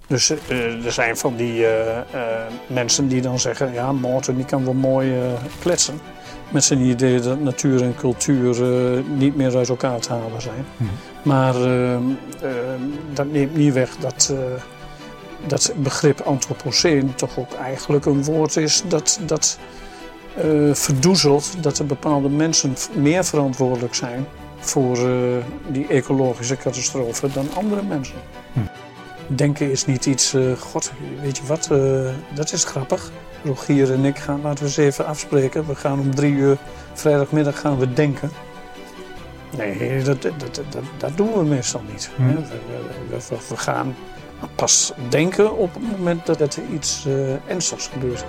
Dus er zijn van die mensen die dan zeggen, ja, Maarten die kan wel mooi kletsen. Met zijn idee dat natuur en cultuur niet meer uit elkaar te halen zijn. Maar dat neemt niet weg dat begrip antropoceen toch ook eigenlijk een woord is dat verdoezelt dat er bepaalde mensen meer verantwoordelijk zijn voor die ecologische catastrofe dan andere mensen. Denken is niet iets, god, weet je wat, dat is grappig. Rogier en ik gaan, laten we eens even afspreken. We gaan om 3 uur, vrijdagmiddag gaan we denken. Nee, dat doen we meestal niet. We gaan pas denken op het moment dat er iets ernstigs gebeurt.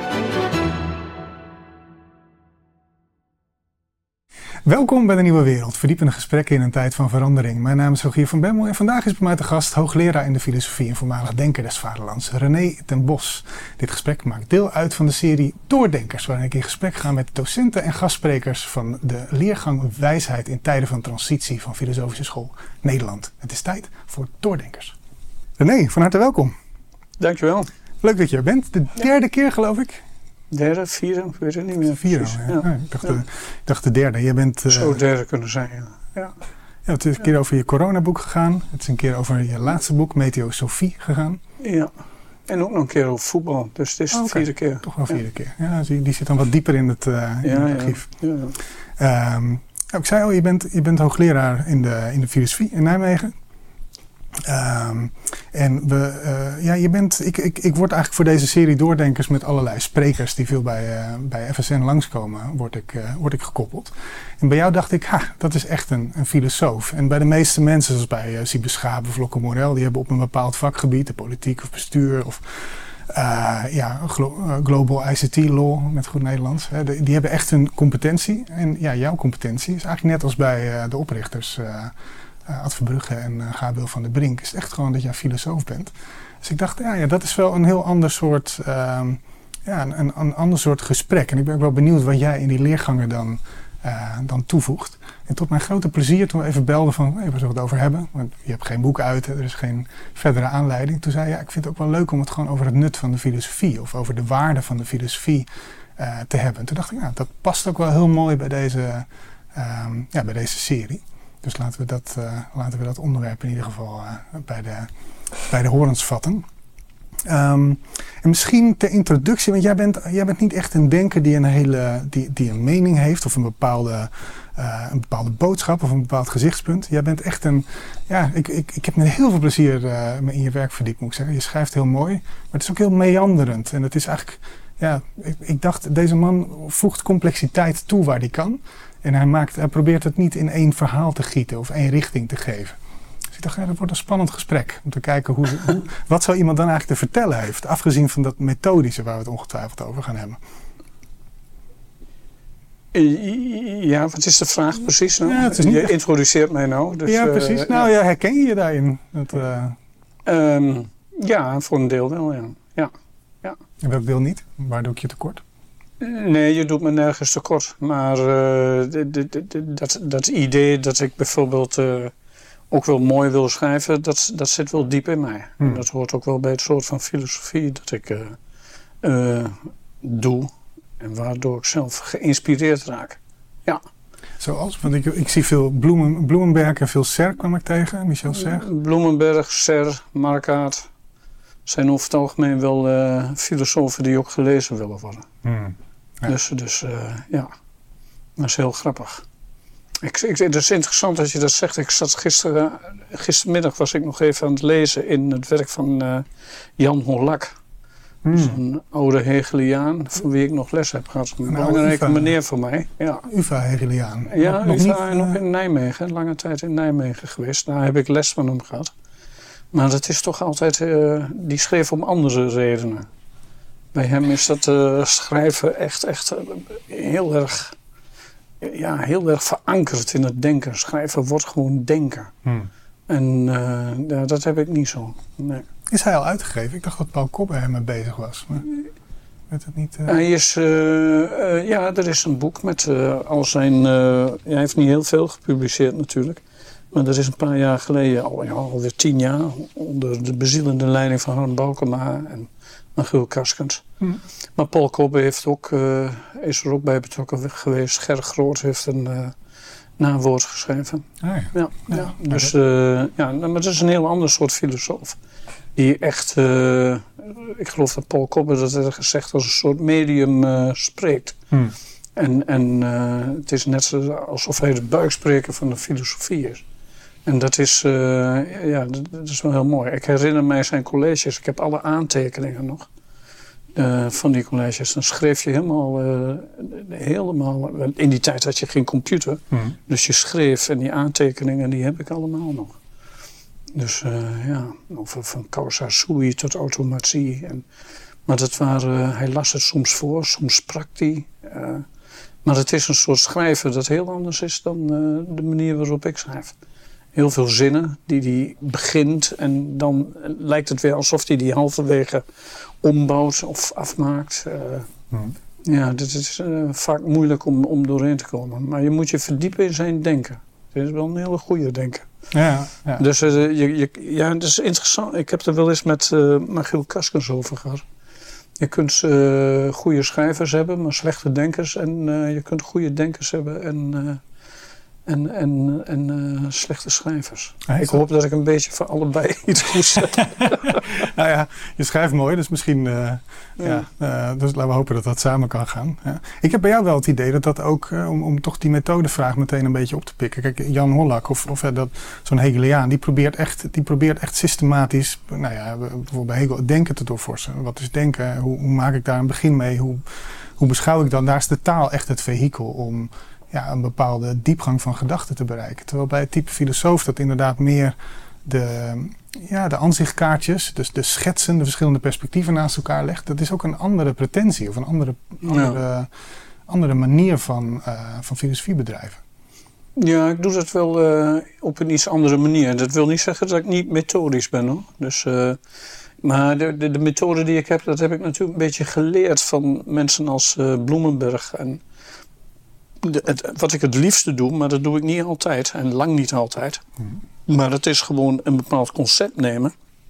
Welkom bij de Nieuwe Wereld, verdiepende gesprekken in een tijd van verandering. Mijn naam is Rogier van Bemmel en vandaag is bij mij te gast hoogleraar in de filosofie en voormalig denker des vaderlands, René ten Bos. Dit gesprek maakt deel uit van de serie Doordenkers, waarin ik in gesprek ga met docenten en gastsprekers van de leergang Wijsheid in tijden van transitie van Filosofische School Nederland. Het is tijd voor Doordenkers. René, van harte welkom. Dankjewel. Leuk dat je er bent. De derde keer geloof ik. Derde, vierde, ik weet het niet meer. Vierde, ja. Ja. Ik dacht de derde. Jij bent, zou derde kunnen zijn, ja. Het is een keer over je coronaboek gegaan. Het is een keer over je laatste boek, Meteosofie, gegaan. Ja, en ook nog een keer over voetbal. Dus het is de vierde keer. Toch wel vierde keer. Ja, die zit dan wat dieper in het archief. Ja. Ik zei al, je bent hoogleraar in de filosofie in Nijmegen. Ik word eigenlijk voor deze serie Doordenkers met allerlei sprekers die veel bij FSN langskomen, word ik gekoppeld. En bij jou dacht ik, dat is echt een filosoof. En bij de meeste mensen, zoals bij Siebe Schaap of Locke Morel, die hebben op een bepaald vakgebied, de politiek of bestuur of Global ICT Law, met goed Nederlands. Die hebben echt een competentie. En ja, jouw competentie is eigenlijk net als bij de oprichters Ad Verbrugge en Gabriel van der Brink, is het echt gewoon dat jij filosoof bent. Dus ik dacht, dat is wel een heel ander soort, een ander soort gesprek. En ik ben ook wel benieuwd wat jij in die leergangen dan toevoegt. En tot mijn grote plezier, toen we even belden van, waar zullen we het over hebben? Want je hebt geen boek uit, er is geen verdere aanleiding. Toen zei je, ik vind het ook wel leuk om het gewoon over het nut van de filosofie of over de waarde van de filosofie te hebben. En toen dacht ik, dat past ook wel heel mooi bij deze serie. Dus laten we dat onderwerp in ieder geval bij de horens vatten. En misschien ter introductie, want jij bent niet echt een denker die een mening heeft of een bepaalde boodschap of een bepaald gezichtspunt. Jij bent echt ik heb met heel veel plezier me in je werk verdiept, moet ik zeggen. Je schrijft heel mooi, maar het is ook heel meanderend. En het is eigenlijk, ik dacht, deze man voegt complexiteit toe waar hij kan. En hij probeert het niet in één verhaal te gieten of één richting te geven. Dus ik dacht, dat wordt een spannend gesprek. Om te kijken wat zo iemand dan eigenlijk te vertellen heeft. Afgezien van dat methodische waar we het ongetwijfeld over gaan hebben. Ja, wat is de vraag precies? Nou? Ja, je introduceert mij nou. Dus, ja, precies. Herken je je daarin? Voor een deel wel, ja. En welk deel niet? Waar doe ik je tekort? Nee, je doet me nergens tekort. Maar dat idee dat ik bijvoorbeeld ook wel mooi wil schrijven, dat zit wel diep in mij. En dat hoort ook wel bij het soort van filosofie dat ik doe. En waardoor ik zelf geïnspireerd raak. Ja. Zoals? Want ik zie veel Bloemenberg en veel Serre kwam ik tegen. Michel Serre. Bloemenberg, Serre, Marquardt zijn over het algemeen wel filosofen die ook gelezen willen worden. Ja. Dus dat is heel grappig. Het is interessant dat je dat zegt. Ik zat gistermiddag was ik nog even aan het lezen in het werk van Jan Holak. Zo'n oude Hegeliaan, van wie ik nog les heb gehad. Een belangrijke meneer voor mij. Ja. Uva Hegeliaan. Ja, nog in Nijmegen. Lange tijd in Nijmegen geweest. Daar heb ik les van hem gehad. Maar dat is toch altijd, die schreef om andere redenen. Bij hem is dat schrijven echt heel erg verankerd in het denken. Schrijven wordt gewoon denken. En dat heb ik niet zo. Nee. Is hij al uitgegeven? Ik dacht dat Paul Kobbe ermee bezig was. Maar weet het niet? Hij is, er is een boek met al zijn... hij heeft niet heel veel gepubliceerd natuurlijk. Maar dat is een paar jaar geleden, alweer 10 jaar, onder de bezielende leiding van Harm Boukema en Michiel Karskens. Maar Paul Kobbe is er ook bij betrokken geweest. Ger Groot heeft een nawoord geschreven. Dus, maar dat is een heel ander soort filosoof. Die echt, ik geloof dat Paul Kobbe dat heeft gezegd, als een soort medium spreekt. En het is net alsof hij de buikspreker van de filosofie is. En dat is, dat is wel heel mooi. Ik herinner mij zijn colleges. Ik heb alle aantekeningen nog van die colleges. Dan schreef je helemaal... In die tijd had je geen computer. Dus je schreef en die aantekeningen die heb ik allemaal nog. Dus van causa sui tot automatie. Maar hij las het soms voor, soms sprak hij. Maar het is een soort schrijven dat heel anders is dan de manier waarop ik schrijf. Heel veel zinnen die hij begint en dan lijkt het weer alsof hij die halverwege ombouwt of afmaakt. Ja, dit is vaak moeilijk om doorheen te komen. Maar je moet je verdiepen in zijn denken. Het is wel een hele goede denken. Ja. Dus het is interessant. Ik heb er wel eens met Michiel Karskens over gehad. Je kunt goede schrijvers hebben, maar slechte denkers. En je kunt goede denkers hebben en slechte schrijvers. Ik hoop dat ik een beetje van allebei iets goed zeg. Nou ja, je schrijft mooi, dus misschien... dus laten we hopen dat dat samen kan gaan. Ja. Ik heb bij jou wel het idee dat ook... om toch die methodevraag meteen een beetje op te pikken. Kijk, Jan Hollack of zo'n Hegeliaan... die probeert echt systematisch... bijvoorbeeld bij Hegel denken te doorforsen. Wat is denken? Hoe maak ik daar een begin mee? Hoe beschouw ik dan? Daar is de taal echt het vehikel om... een bepaalde diepgang van gedachten te bereiken. Terwijl bij het type filosoof dat inderdaad meer de aanzichtkaartjes, dus de schetsen, de verschillende perspectieven naast elkaar legt. Dat is ook een andere pretentie of een andere manier van filosofie bedrijven. Ja, ik doe dat wel op een iets andere manier. Dat wil niet zeggen dat ik niet methodisch ben, hoor. Dus, maar de methode die ik heb, dat heb ik natuurlijk een beetje geleerd van mensen als Bloemenberg en wat ik het liefste doe, maar dat doe ik niet altijd en lang niet altijd. Maar dat is gewoon een bepaald concept nemen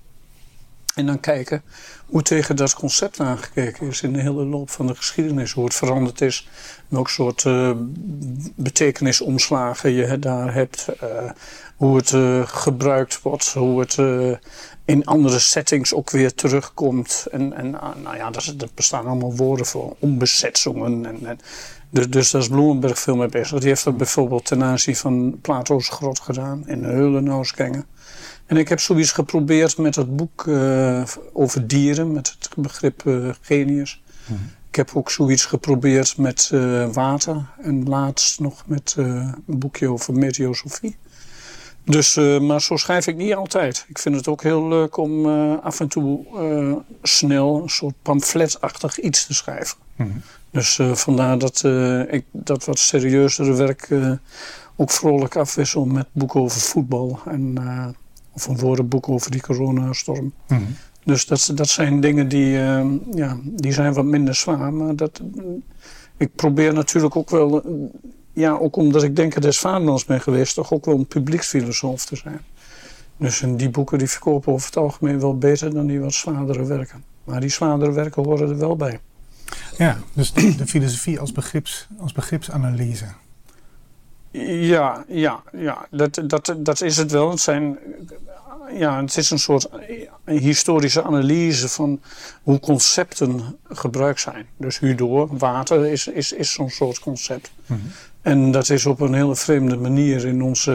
en dan kijken hoe tegen dat concept aangekeken is in de hele loop van de geschiedenis. Hoe het veranderd is, welk soort betekenisomslagen je daar hebt, hoe het gebruikt wordt, hoe het in andere settings ook weer terugkomt. Er bestaan allemaal woorden voor onbezetzingen dus daar is Bloemenberg veel mee bezig. Die heeft dat bijvoorbeeld ten aanzien van Plato's grot gedaan in Heulenauskänge. En ik heb zoiets geprobeerd met het boek over dieren, met het begrip genius. Ik heb ook zoiets geprobeerd met water en laatst nog met een boekje over meteosofie. Dus, maar zo schrijf ik niet altijd. Ik vind het ook heel leuk om af en toe snel een soort pamfletachtig iets te schrijven. Dus vandaar dat ik dat wat serieuzere werk ook vrolijk afwissel met boeken over voetbal. Of een woordenboek over die coronastorm. Dus dat zijn dingen die zijn wat minder zwaar. Maar ik probeer natuurlijk ook wel, ook omdat ik Denker des Vaderlands ben geweest, toch ook wel een publieksfilosoof te zijn. Dus die boeken die verkopen over het algemeen wel beter dan die wat zwaardere werken. Maar die zwaardere werken horen er wel bij. Ja, dus de filosofie als begripsanalyse. Ja, dat is het wel. Het is een soort historische analyse van hoe concepten gebruikt zijn. Dus hierdoor, water is zo'n soort concept. En dat is op een hele vreemde manier in onze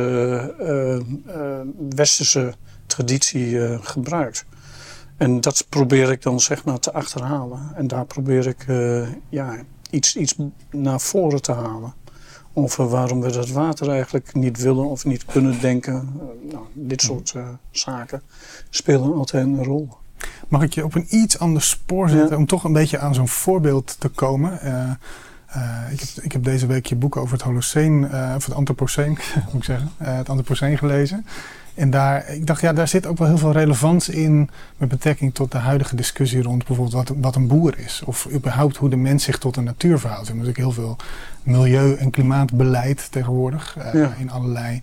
westerse traditie gebruikt. En dat probeer ik dan zeg maar te achterhalen. En daar probeer ik iets naar voren te halen. Over waarom we dat water eigenlijk niet willen of niet kunnen denken. Dit soort zaken spelen altijd een rol. Mag ik je op een iets ander spoor zetten om toch een beetje aan zo'n voorbeeld te komen? Ik heb deze week je boek over het Holoceen, of het Anthropoceen, moet ik zeggen, het Anthropoceen gelezen. En ik dacht, daar zit ook wel heel veel relevant in met betrekking tot de huidige discussie rond bijvoorbeeld wat een boer is. Of überhaupt hoe de mens zich tot de natuur verhoudt. Er is natuurlijk heel veel milieu- en klimaatbeleid tegenwoordig in allerlei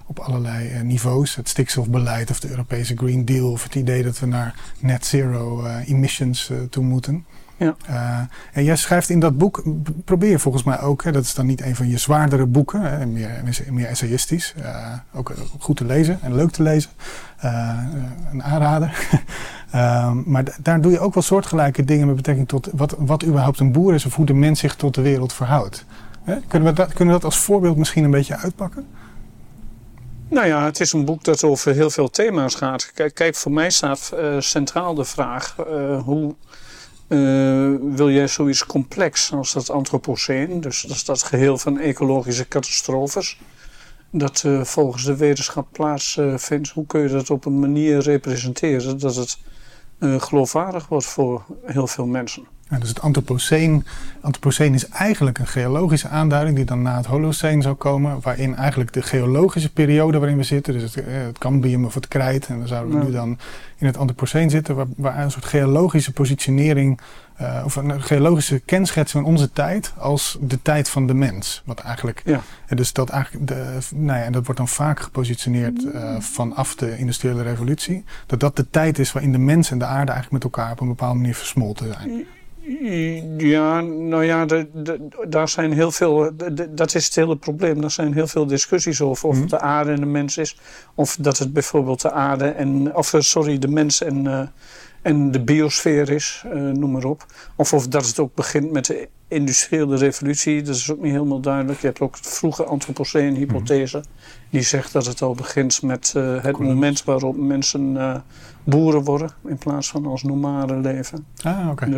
op allerlei niveaus. Het stikstofbeleid of de Europese Green Deal of het idee dat we naar net zero emissions toe moeten. Ja. En jij schrijft in dat boek, probeer je volgens mij ook, dat is dan niet een van je zwaardere boeken, meer essayistisch, ook goed te lezen en leuk te lezen, een aanrader. Maar daar doe je ook wel soortgelijke dingen met betrekking tot wat überhaupt een boer is of hoe de mens zich tot de wereld verhoudt. Kunnen we dat als voorbeeld misschien een beetje uitpakken? Nou ja, het is een boek dat over heel veel thema's gaat. Kijk, voor mij staat centraal de vraag, hoe wil jij zoiets complex als dat antropoceen, dus dat is dat geheel van ecologische catastrofes, dat volgens de wetenschap plaatsvindt, hoe kun je dat op een manier representeren dat het geloofwaardig wordt voor heel veel mensen? Ja, dus het antropoceen is eigenlijk een geologische aanduiding die dan na het Holoceen zou komen, waarin eigenlijk de geologische periode waarin we zitten, dus het Cambrium of het Krijt, en dan zouden we nu dan in het antropoceen zitten, waar een soort geologische positionering of een geologische kenschets van onze tijd als de tijd van de mens. Wat eigenlijk, dus dat eigenlijk en dat wordt dan vaak gepositioneerd vanaf de industriële revolutie, dat de tijd is waarin de mens en de aarde eigenlijk met elkaar op een bepaalde manier versmolten zijn. Ja, nou ja, daar zijn heel veel, dat is het hele probleem. Er zijn heel veel discussies over of het de aarde en de mens is. Of dat het bijvoorbeeld de aarde de mens en de biosfeer is, noem maar op. Of dat het ook begint met de industriële revolutie, dat is ook niet helemaal duidelijk. Je hebt ook de vroege antropoceen-hypothese. Die zegt dat het al begint met het moment waarop mensen boeren worden in plaats van als nomaden leven. Okay.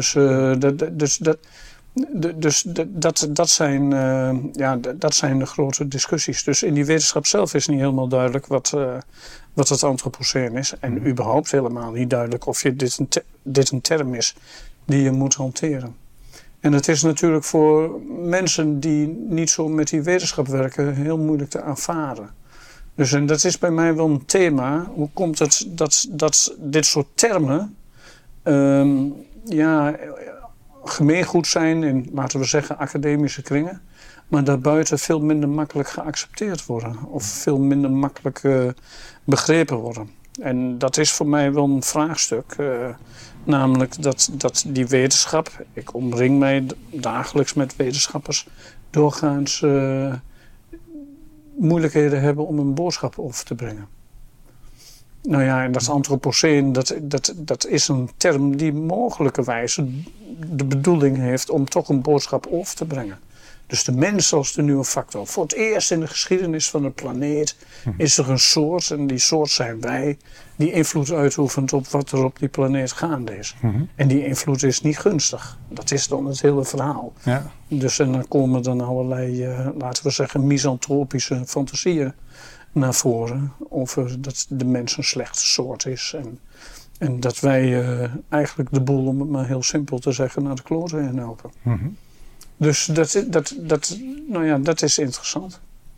Dat zijn de grote discussies. Dus in die wetenschap zelf is niet helemaal duidelijk wat het antropoceen is. En überhaupt helemaal niet duidelijk of dit een term is die je moet hanteren. En het is natuurlijk voor mensen die niet zo met die wetenschap werken heel moeilijk te aanvaarden. Dus en dat is bij mij wel een thema. Hoe komt het dat dit soort termen gemeengoed zijn in, laten we zeggen, academische kringen, maar daarbuiten veel minder makkelijk geaccepteerd worden of veel minder makkelijk begrepen worden. En dat is voor mij wel een vraagstuk. Namelijk dat die wetenschap, ik omring mij dagelijks met wetenschappers, doorgaans moeilijkheden hebben om een boodschap over te brengen. Nou ja, en dat antropoceen, dat is een term die mogelijkerwijze de bedoeling heeft om toch een boodschap over te brengen. Dus de mens als de nieuwe factor. Voor het eerst in de geschiedenis van de planeet is er een soort, en die soort zijn wij, die invloed uitoefent op wat er op die planeet gaande is. En die invloed is niet gunstig. Dat is dan het hele verhaal. Ja. Dus en dan komen dan allerlei, laten we zeggen, misantropische fantasieën naar voren over dat de mens een slechte soort is. En dat wij eigenlijk de boel, om het maar heel simpel te zeggen, naar de kloten in helpen. Dus dat is interessant.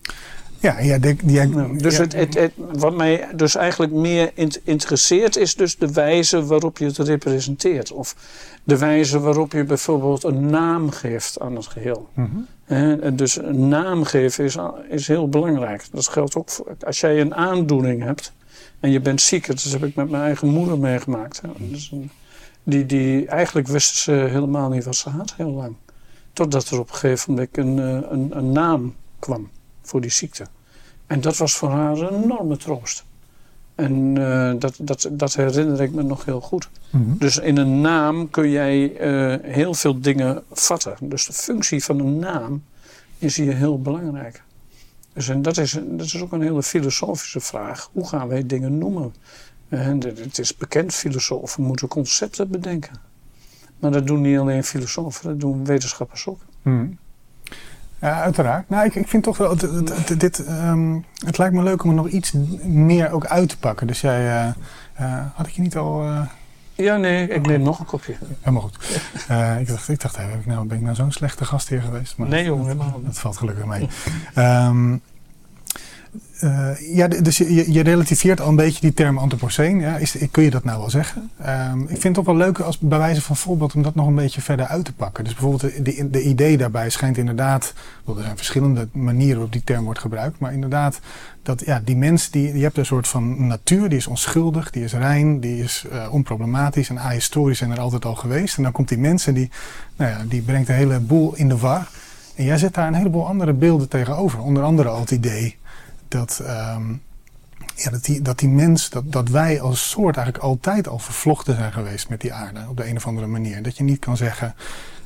Wat mij dus eigenlijk meer interesseert is dus de wijze waarop je het representeert. Of de wijze waarop je bijvoorbeeld een naam geeft aan het geheel. Dus een naam geven is heel belangrijk. Dat geldt ook voor, als jij een aandoening hebt en je bent ziek. Dat heb ik met mijn eigen moeder meegemaakt. Dus die eigenlijk wist ze helemaal niet wat ze had, heel lang. Totdat er op een gegeven moment een naam kwam voor die ziekte. En dat was voor haar een enorme troost. En dat herinner ik me nog heel goed. Dus in een naam kun jij heel veel dingen vatten. Dus de functie van een naam is hier heel belangrijk. Dus en dat is ook een hele filosofische vraag. Hoe gaan wij dingen noemen? Het is bekend, filosofen moeten concepten bedenken. Maar dat doen niet alleen filosofen, dat doen wetenschappers ook. Ja, uiteraard. Nou, ik vind toch wel, het lijkt me leuk om er nog iets meer ook uit te pakken. Dus jij, had ik je niet al... Ja, nee, ik neem nog een kopje. Helemaal goed. Ik dacht, ben ik nou zo'n slechte gastheer geweest? Maar nee jongen, helemaal niet. Dat valt gelukkig mee. Dus je relativeert al een beetje die term antropoceen. Ja, kun je dat nou wel zeggen? Ik vind het ook wel leuk als bij wijze van voorbeeld om dat nog een beetje verder uit te pakken. Dus bijvoorbeeld de idee daarbij schijnt inderdaad, er zijn verschillende manieren waarop die term wordt gebruikt, maar inderdaad dat die mens, je hebt een soort van natuur, die is onschuldig, die is rein, die is onproblematisch en ahistorisch en er altijd al geweest. En dan komt die mens en die brengt een hele boel in de war. En jij zet daar een heleboel andere beelden tegenover. Onder andere al het idee dat die mens, dat wij als soort eigenlijk altijd al vervlochten zijn geweest met die aarde op de een of andere manier. Dat je niet kan zeggen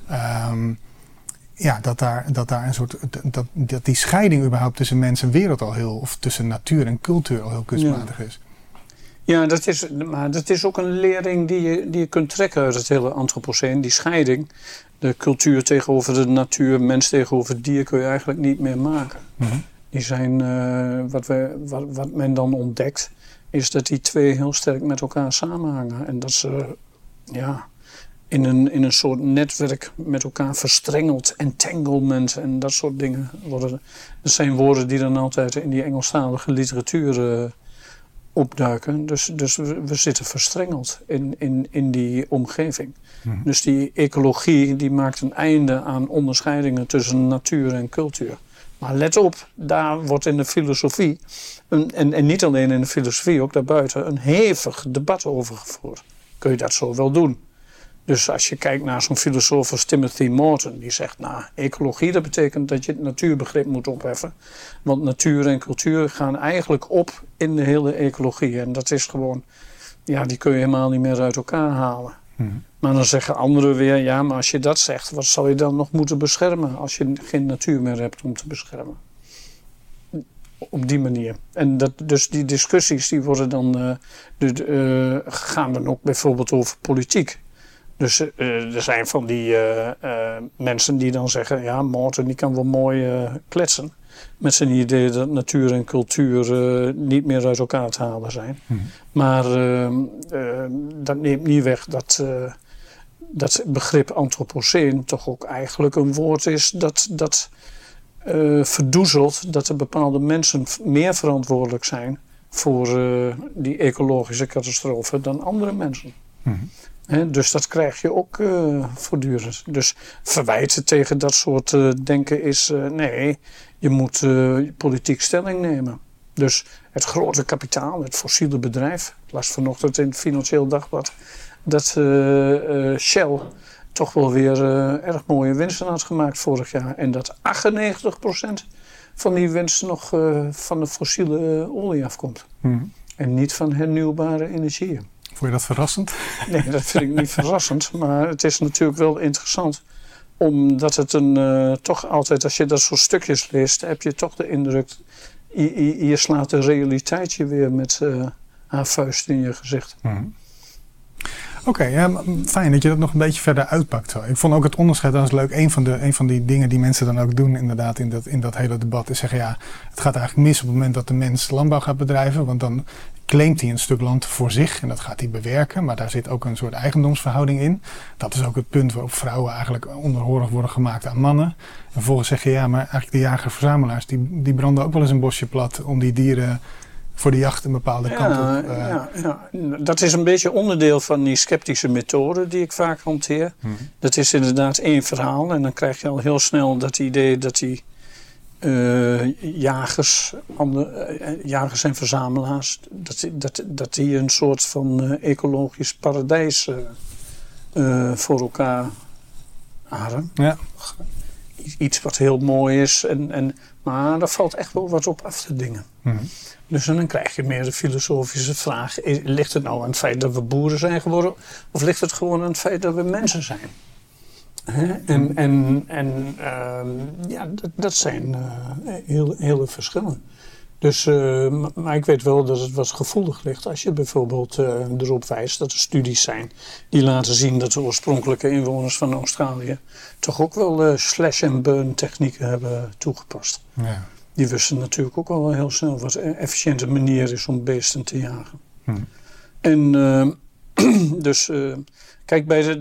dat daar een soort dat die scheiding überhaupt tussen mens en wereld al of tussen natuur en cultuur al heel kunstmatig is. Ja, dat is ook een lering die je kunt trekken uit het hele antropoceen. Die scheiding, de cultuur tegenover de natuur, mens tegenover het dier, kun je eigenlijk niet meer maken. Mm-hmm. Die zijn, wat men dan ontdekt, is dat die twee heel sterk met elkaar samenhangen. En dat ze in een soort netwerk met elkaar verstrengeld, entanglement en dat soort dingen worden. Dat zijn woorden die dan altijd in die Engelstalige literatuur opduiken. Dus we zitten verstrengeld in die omgeving. Mm-hmm. Dus die ecologie die maakt een einde aan onderscheidingen tussen natuur en cultuur. Maar let op, daar wordt in de filosofie, en niet alleen in de filosofie, ook daarbuiten, een hevig debat over gevoerd. Kun je dat zo wel doen? Dus als je kijkt naar zo'n filosoof als Timothy Morton, die zegt, ecologie, dat betekent dat je het natuurbegrip moet opheffen. Want natuur en cultuur gaan eigenlijk op in de hele ecologie. En dat is gewoon, die kun je helemaal niet meer uit elkaar halen. Mm-hmm. Maar dan zeggen anderen weer, maar als je dat zegt, wat zal je dan nog moeten beschermen als je geen natuur meer hebt om te beschermen? Op die manier. En dus die discussies die worden dan, gaan dan ook bijvoorbeeld over politiek. Dus er zijn van die mensen die dan zeggen, Morton die kan wel mooi kletsen. Met zijn idee dat natuur en cultuur niet meer uit elkaar te halen zijn. Hmm. Maar dat neemt niet weg dat begrip antropoceen toch ook eigenlijk een woord is dat verdoezelt dat er bepaalde mensen meer verantwoordelijk zijn voor die ecologische catastrofe dan andere mensen. Hmm. Dus dat krijg je ook voortdurend. Dus verwijten tegen dat soort denken is, nee, je moet politiek stelling nemen. Dus het grote kapitaal, het fossiele bedrijf. Ik las vanochtend in het Financieel Dagblad dat Shell toch wel weer erg mooie winsten had gemaakt vorig jaar. En dat 98% van die winst nog van de fossiele olie afkomt. Mm. En niet van hernieuwbare energieën. Vond je dat verrassend? Nee, dat vind ik niet verrassend. Maar het is natuurlijk wel interessant. Omdat het toch altijd, als je dat soort stukjes leest, heb je toch de indruk, je slaat de realiteit je weer met haar vuist in je gezicht. Mm-hmm. Oké, fijn dat je dat nog een beetje verder uitpakt. Zo. Ik vond ook het onderscheid dat leuk. Een van die dingen die mensen dan ook doen inderdaad in dat hele debat is zeggen, het gaat eigenlijk mis op het moment dat de mens landbouw gaat bedrijven. Want dan claimt hij een stuk land voor zich en dat gaat hij bewerken. Maar daar zit ook een soort eigendomsverhouding in. Dat is ook het punt waarop vrouwen eigenlijk onderhorig worden gemaakt aan mannen. En vervolgens zeg je, maar eigenlijk de jager-verzamelaars die branden ook wel eens een bosje plat om die dieren voor de jacht een bepaalde kant op. Ja. Dat is een beetje onderdeel van die sceptische methode die ik vaak hanteer. Dat is inderdaad één verhaal en dan krijg je al heel snel dat idee dat die jagers en verzamelaars, dat die een soort van ecologisch paradijs voor elkaar haren. Ja. Iets wat heel mooi is, maar daar valt echt wel wat op af te dingen. Mm-hmm. Dus dan krijg je meer de filosofische vraag, ligt het nou aan het feit dat we boeren zijn geworden, of ligt het gewoon aan het feit dat we mensen zijn? Dat zijn hele verschillen. Dus, maar ik weet wel dat het wat gevoelig ligt als je bijvoorbeeld erop wijst dat er studies zijn die laten zien dat de oorspronkelijke inwoners van Australië toch ook wel slash-and-burn technieken hebben toegepast. Ja. Die wisten natuurlijk ook al heel snel wat een efficiënte manier is om beesten te jagen. En kijk, bij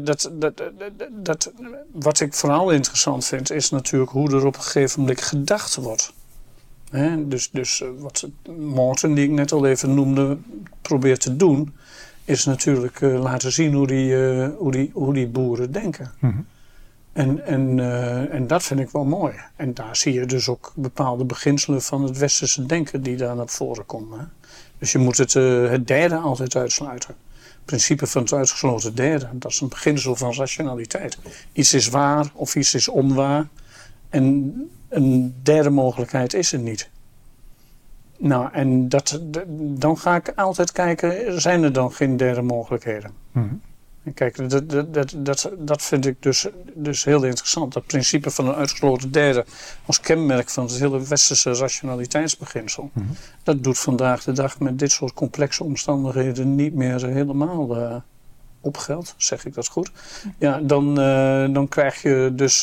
wat ik vooral interessant vind, is natuurlijk hoe er op een gegeven moment gedacht wordt Dus wat Maarten, die ik net al even noemde, probeert te doen, is natuurlijk laten zien hoe die boeren denken. Mm-hmm. En dat vind ik wel mooi. En daar zie je dus ook bepaalde beginselen van het westerse denken die daar naar voren komen. Hè? Dus je moet het derde altijd uitsluiten. Het principe van het uitgesloten derde, dat is een beginsel van rationaliteit. Iets is waar of iets is onwaar. En een derde mogelijkheid is er niet. Nou, en dan ga ik altijd kijken, zijn er dan geen derde mogelijkheden? Mm-hmm. En kijk, dat vind ik dus heel interessant. Dat principe van een uitgesloten derde als kenmerk van het hele westerse rationaliteitsbeginsel. Mm-hmm. Dat doet vandaag de dag met dit soort complexe omstandigheden niet meer helemaal opgeld, zeg ik dat goed. Ja, dan krijg je dus...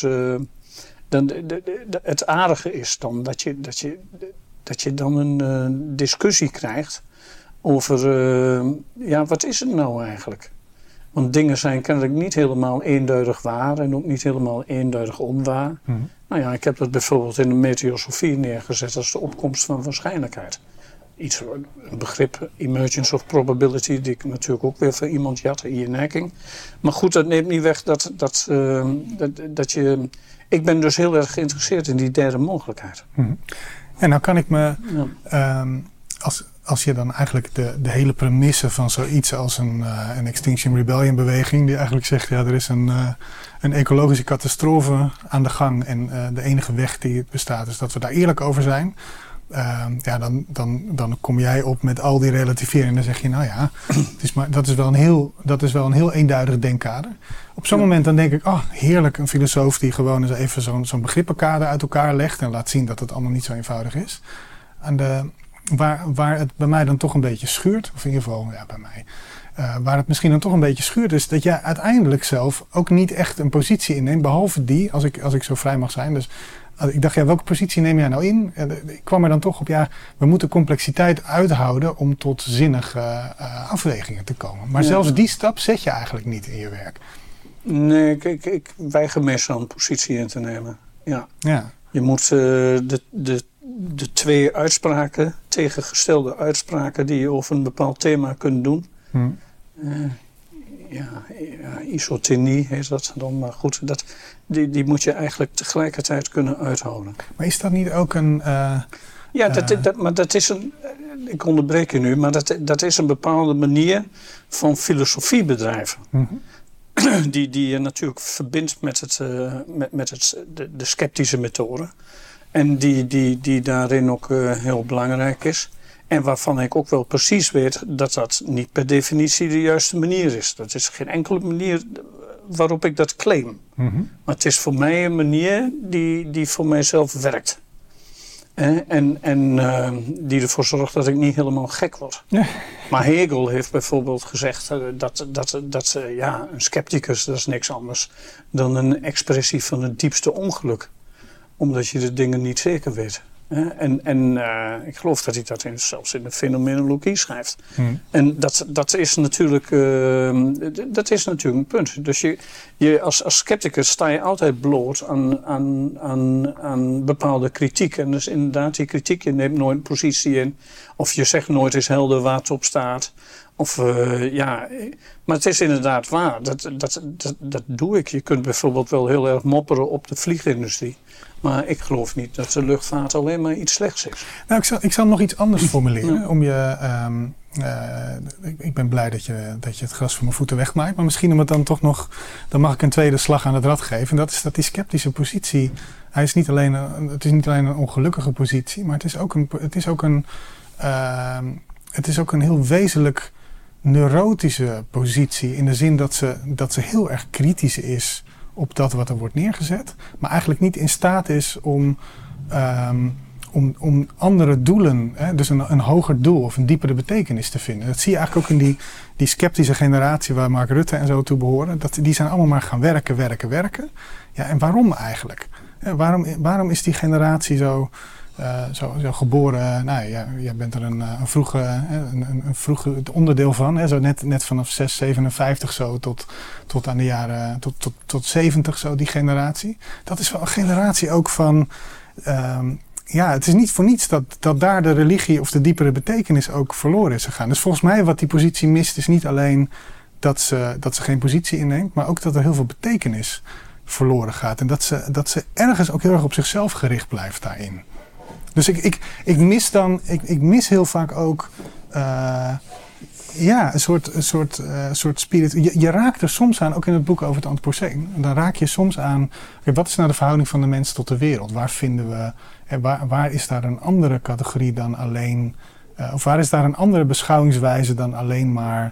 het aardige is dan dat je dan een discussie krijgt over... wat is het nou eigenlijk? Want dingen zijn kennelijk niet helemaal eenduidig waar en ook niet helemaal eenduidig onwaar. Mm-hmm. Nou ja, ik heb dat bijvoorbeeld in de meteosofie neergezet als de opkomst van waarschijnlijkheid. Een begrip, emergence of probability, die ik natuurlijk ook weer van iemand had, Ian Hacking. Maar goed, dat neemt niet weg dat je... Ik ben dus heel erg geïnteresseerd in die derde mogelijkheid. Mm-hmm. En nou kan ik me... Ja. Als je dan eigenlijk de hele premisse van zoiets als een Extinction Rebellion beweging, die eigenlijk zegt, ja, er is een ecologische catastrofe aan de gang en de enige weg die bestaat is dat we daar eerlijk over zijn. Dan kom jij op met al die relativering en dan zeg je, nou ja, dat is wel een heel eenduidig denkkader. Op zo'n moment dan denk ik, heerlijk, een filosoof die gewoon eens even zo'n begrippenkader uit elkaar legt en laat zien dat het allemaal niet zo eenvoudig is. Waar het bij mij dan toch een beetje schuurt, of in ieder geval bij mij, waar het misschien dan toch een beetje schuurt, is dat jij uiteindelijk zelf ook niet echt een positie inneemt, behalve die, als ik zo vrij mag zijn. Dus ik dacht, welke positie neem jij nou in? Ik kwam er dan toch op, we moeten complexiteit uithouden om tot zinnige afwegingen te komen. Maar zelfs die stap zet je eigenlijk niet in je werk. Nee, ik weiger meestal een positie in te nemen. Ja. Je moet de twee uitspraken, tegengestelde uitspraken die je over een bepaald thema kunt doen. Isotenie heet dat dan, maar goed, die moet je eigenlijk tegelijkertijd kunnen uithouden. Maar is dat niet ook een... maar dat is een... Ik onderbreek je nu, maar dat is een bepaalde manier van filosofie bedrijven. Mm-hmm. Die je natuurlijk verbindt met de sceptische methode. En die daarin ook heel belangrijk is. En waarvan ik ook wel precies weet dat niet per definitie de juiste manier is. Dat is geen enkele manier waarop ik dat claim. Mm-hmm. Maar het is voor mij een manier die voor mijzelf werkt. En die ervoor zorgt dat ik niet helemaal gek word. Ja. Maar Hegel heeft bijvoorbeeld gezegd dat een scepticus, dat is niks anders dan een expressie van het diepste ongeluk. Omdat je de dingen niet zeker weet. En ik geloof dat hij dat zelfs in de fenomenologie schrijft. En dat is natuurlijk een punt. Dus je als scepticus sta je altijd bloot aan bepaalde kritiek. En dus inderdaad, die kritiek, je neemt nooit een positie in. Of je zegt nooit eens helder waar het op staat. Maar het is inderdaad waar. Dat doe ik. Je kunt bijvoorbeeld wel heel erg mopperen op de vliegindustrie. Maar ik geloof niet dat de luchtvaart alleen maar iets slechts is. Nou, ik zal nog iets anders formuleren. Om je, ik ben blij dat je het gras van mijn voeten wegmaakt. Maar misschien om het dan toch nog... Dan mag ik een tweede slag aan het rad geven. En dat is dat die sceptische positie... Het is niet alleen een ongelukkige positie. Maar het is ook een heel wezenlijk neurotische positie. In de zin dat ze heel erg kritisch is op dat wat er wordt neergezet. Maar eigenlijk niet in staat is om andere doelen, dus een hoger doel of een diepere betekenis te vinden. Dat zie je eigenlijk ook in die sceptische generatie waar Mark Rutte en zo toe behoren. Die zijn allemaal maar gaan werken. Ja, en waarom eigenlijk? Waarom is die generatie zo geboren? Nou, jij bent er een vroege onderdeel van. Zo net vanaf 57 zo tot aan de jaren tot 70 zo, die generatie. Dat is wel een generatie ook van het is niet voor niets dat daar de religie of de diepere betekenis ook verloren is gegaan. Dus volgens mij wat die positie mist is niet alleen dat ze geen positie inneemt, maar ook dat er heel veel betekenis verloren gaat. En dat ze ergens ook heel erg op zichzelf gericht blijft daarin. Dus ik mis heel vaak ook een soort spirit. Je raakt er soms aan, ook in het boek over het Anthropoceen. Dan raak je soms aan, wat is nou de verhouding van de mens tot de wereld? Waar vinden we, waar is daar een andere categorie dan alleen, of waar is daar een andere beschouwingswijze dan alleen maar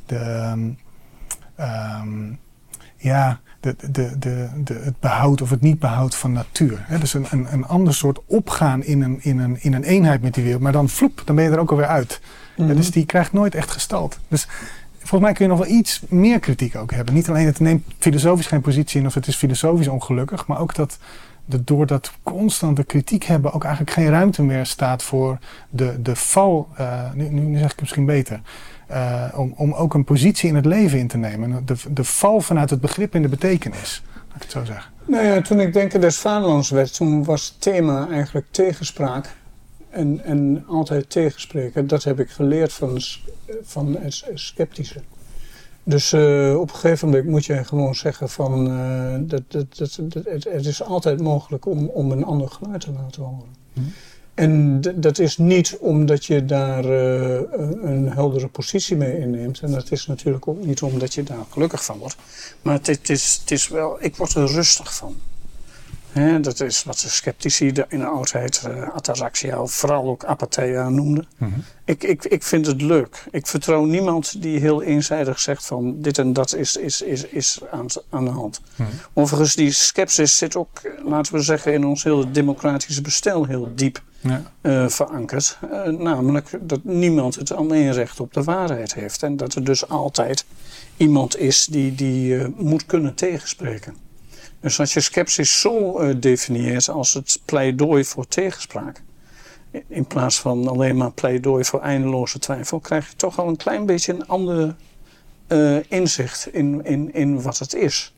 het behoud of het niet behoud van natuur. Dus een ander soort opgaan in een eenheid met die wereld. Maar dan dan ben je er ook alweer uit. Mm-hmm. Dus die krijgt nooit echt gestalt. Dus volgens mij kun je nog wel iets meer kritiek ook hebben. Niet alleen het neemt filosofisch geen positie in of het is filosofisch ongelukkig. Maar ook dat door dat constante kritiek hebben ook eigenlijk geen ruimte meer staat voor de val. Nu zeg ik het misschien beter. Om ook een positie in het leven in te nemen. De val vanuit het begrip in de betekenis. Laat ik het zo zeggen. Nou ja, toen ik Denker des Vaderlands werd, toen was het thema eigenlijk tegenspraak. En altijd tegenspreken. Dat heb ik geleerd van het sceptische. Dus op een gegeven moment moet je gewoon zeggen van het is altijd mogelijk om een ander geluid te laten horen. Mm-hmm. En dat is niet omdat je daar een heldere positie mee inneemt. En dat is natuurlijk ook niet omdat je daar gelukkig van wordt. Maar het is wel, ik word er rustig van. Dat is wat de sceptici in de oudheid ataraxia of vooral ook apatheia noemden. Mm-hmm. Ik vind het leuk. Ik vertrouw niemand die heel eenzijdig zegt van dit en dat is aan de hand. Mm-hmm. Overigens, die scepsis zit ook, laten we zeggen, in ons hele democratische bestel heel diep verankerd. Namelijk dat niemand het alleenrecht op de waarheid heeft. En dat er dus altijd iemand is die moet kunnen tegenspreken. Dus als je scepsis zo definieert als het pleidooi voor tegenspraak, in plaats van alleen maar pleidooi voor eindeloze twijfel, krijg je toch al een klein beetje een ander inzicht in wat het is.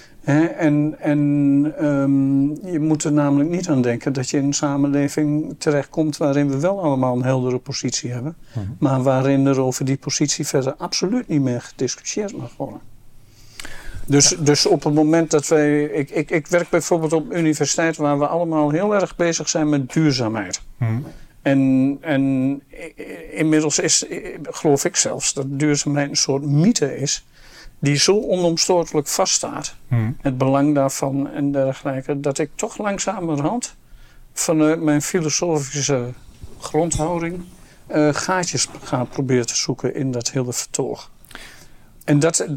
Je moet er namelijk niet aan denken dat je in een samenleving terechtkomt waarin we wel allemaal een heldere positie hebben, maar waarin er over die positie verder absoluut niet meer gediscussieerd mag worden. Dus op het moment dat wij... Ik werk bijvoorbeeld op een universiteit waar we allemaal heel erg bezig zijn met duurzaamheid. Mm. En inmiddels geloof ik zelfs dat duurzaamheid een soort mythe is die zo onomstotelijk vaststaat. Mm. Het belang daarvan en dergelijke, dat ik toch langzamerhand vanuit mijn filosofische grondhouding gaatjes ga proberen te zoeken in dat hele vertoog. En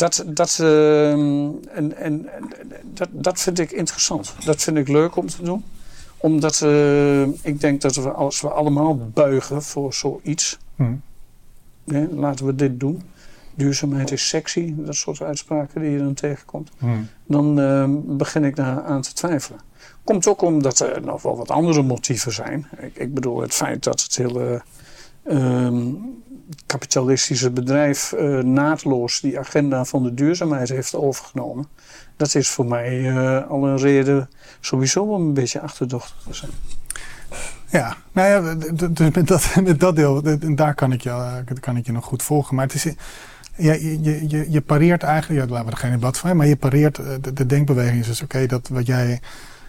dat vind ik interessant. Dat vind ik leuk om te doen. Omdat ik denk dat als we allemaal buigen voor zoiets. Laten we dit doen. Duurzaamheid is sexy. Dat soort uitspraken die je dan tegenkomt. Dan begin ik daar aan te twijfelen. Komt ook omdat er nog wel wat andere motieven zijn. Ik bedoel het feit dat het hele kapitalistische bedrijf naadloos die agenda van de duurzaamheid heeft overgenomen. Dat is voor mij al een reden sowieso om een beetje achterdochtig te zijn. Ja, nou ja, dus met dat deel, daar kan ik je nog goed volgen. Maar het is, je pareert eigenlijk, daar laten we er geen debat van, maar je pareert de denkbeweging is dus oké, dat wat jij...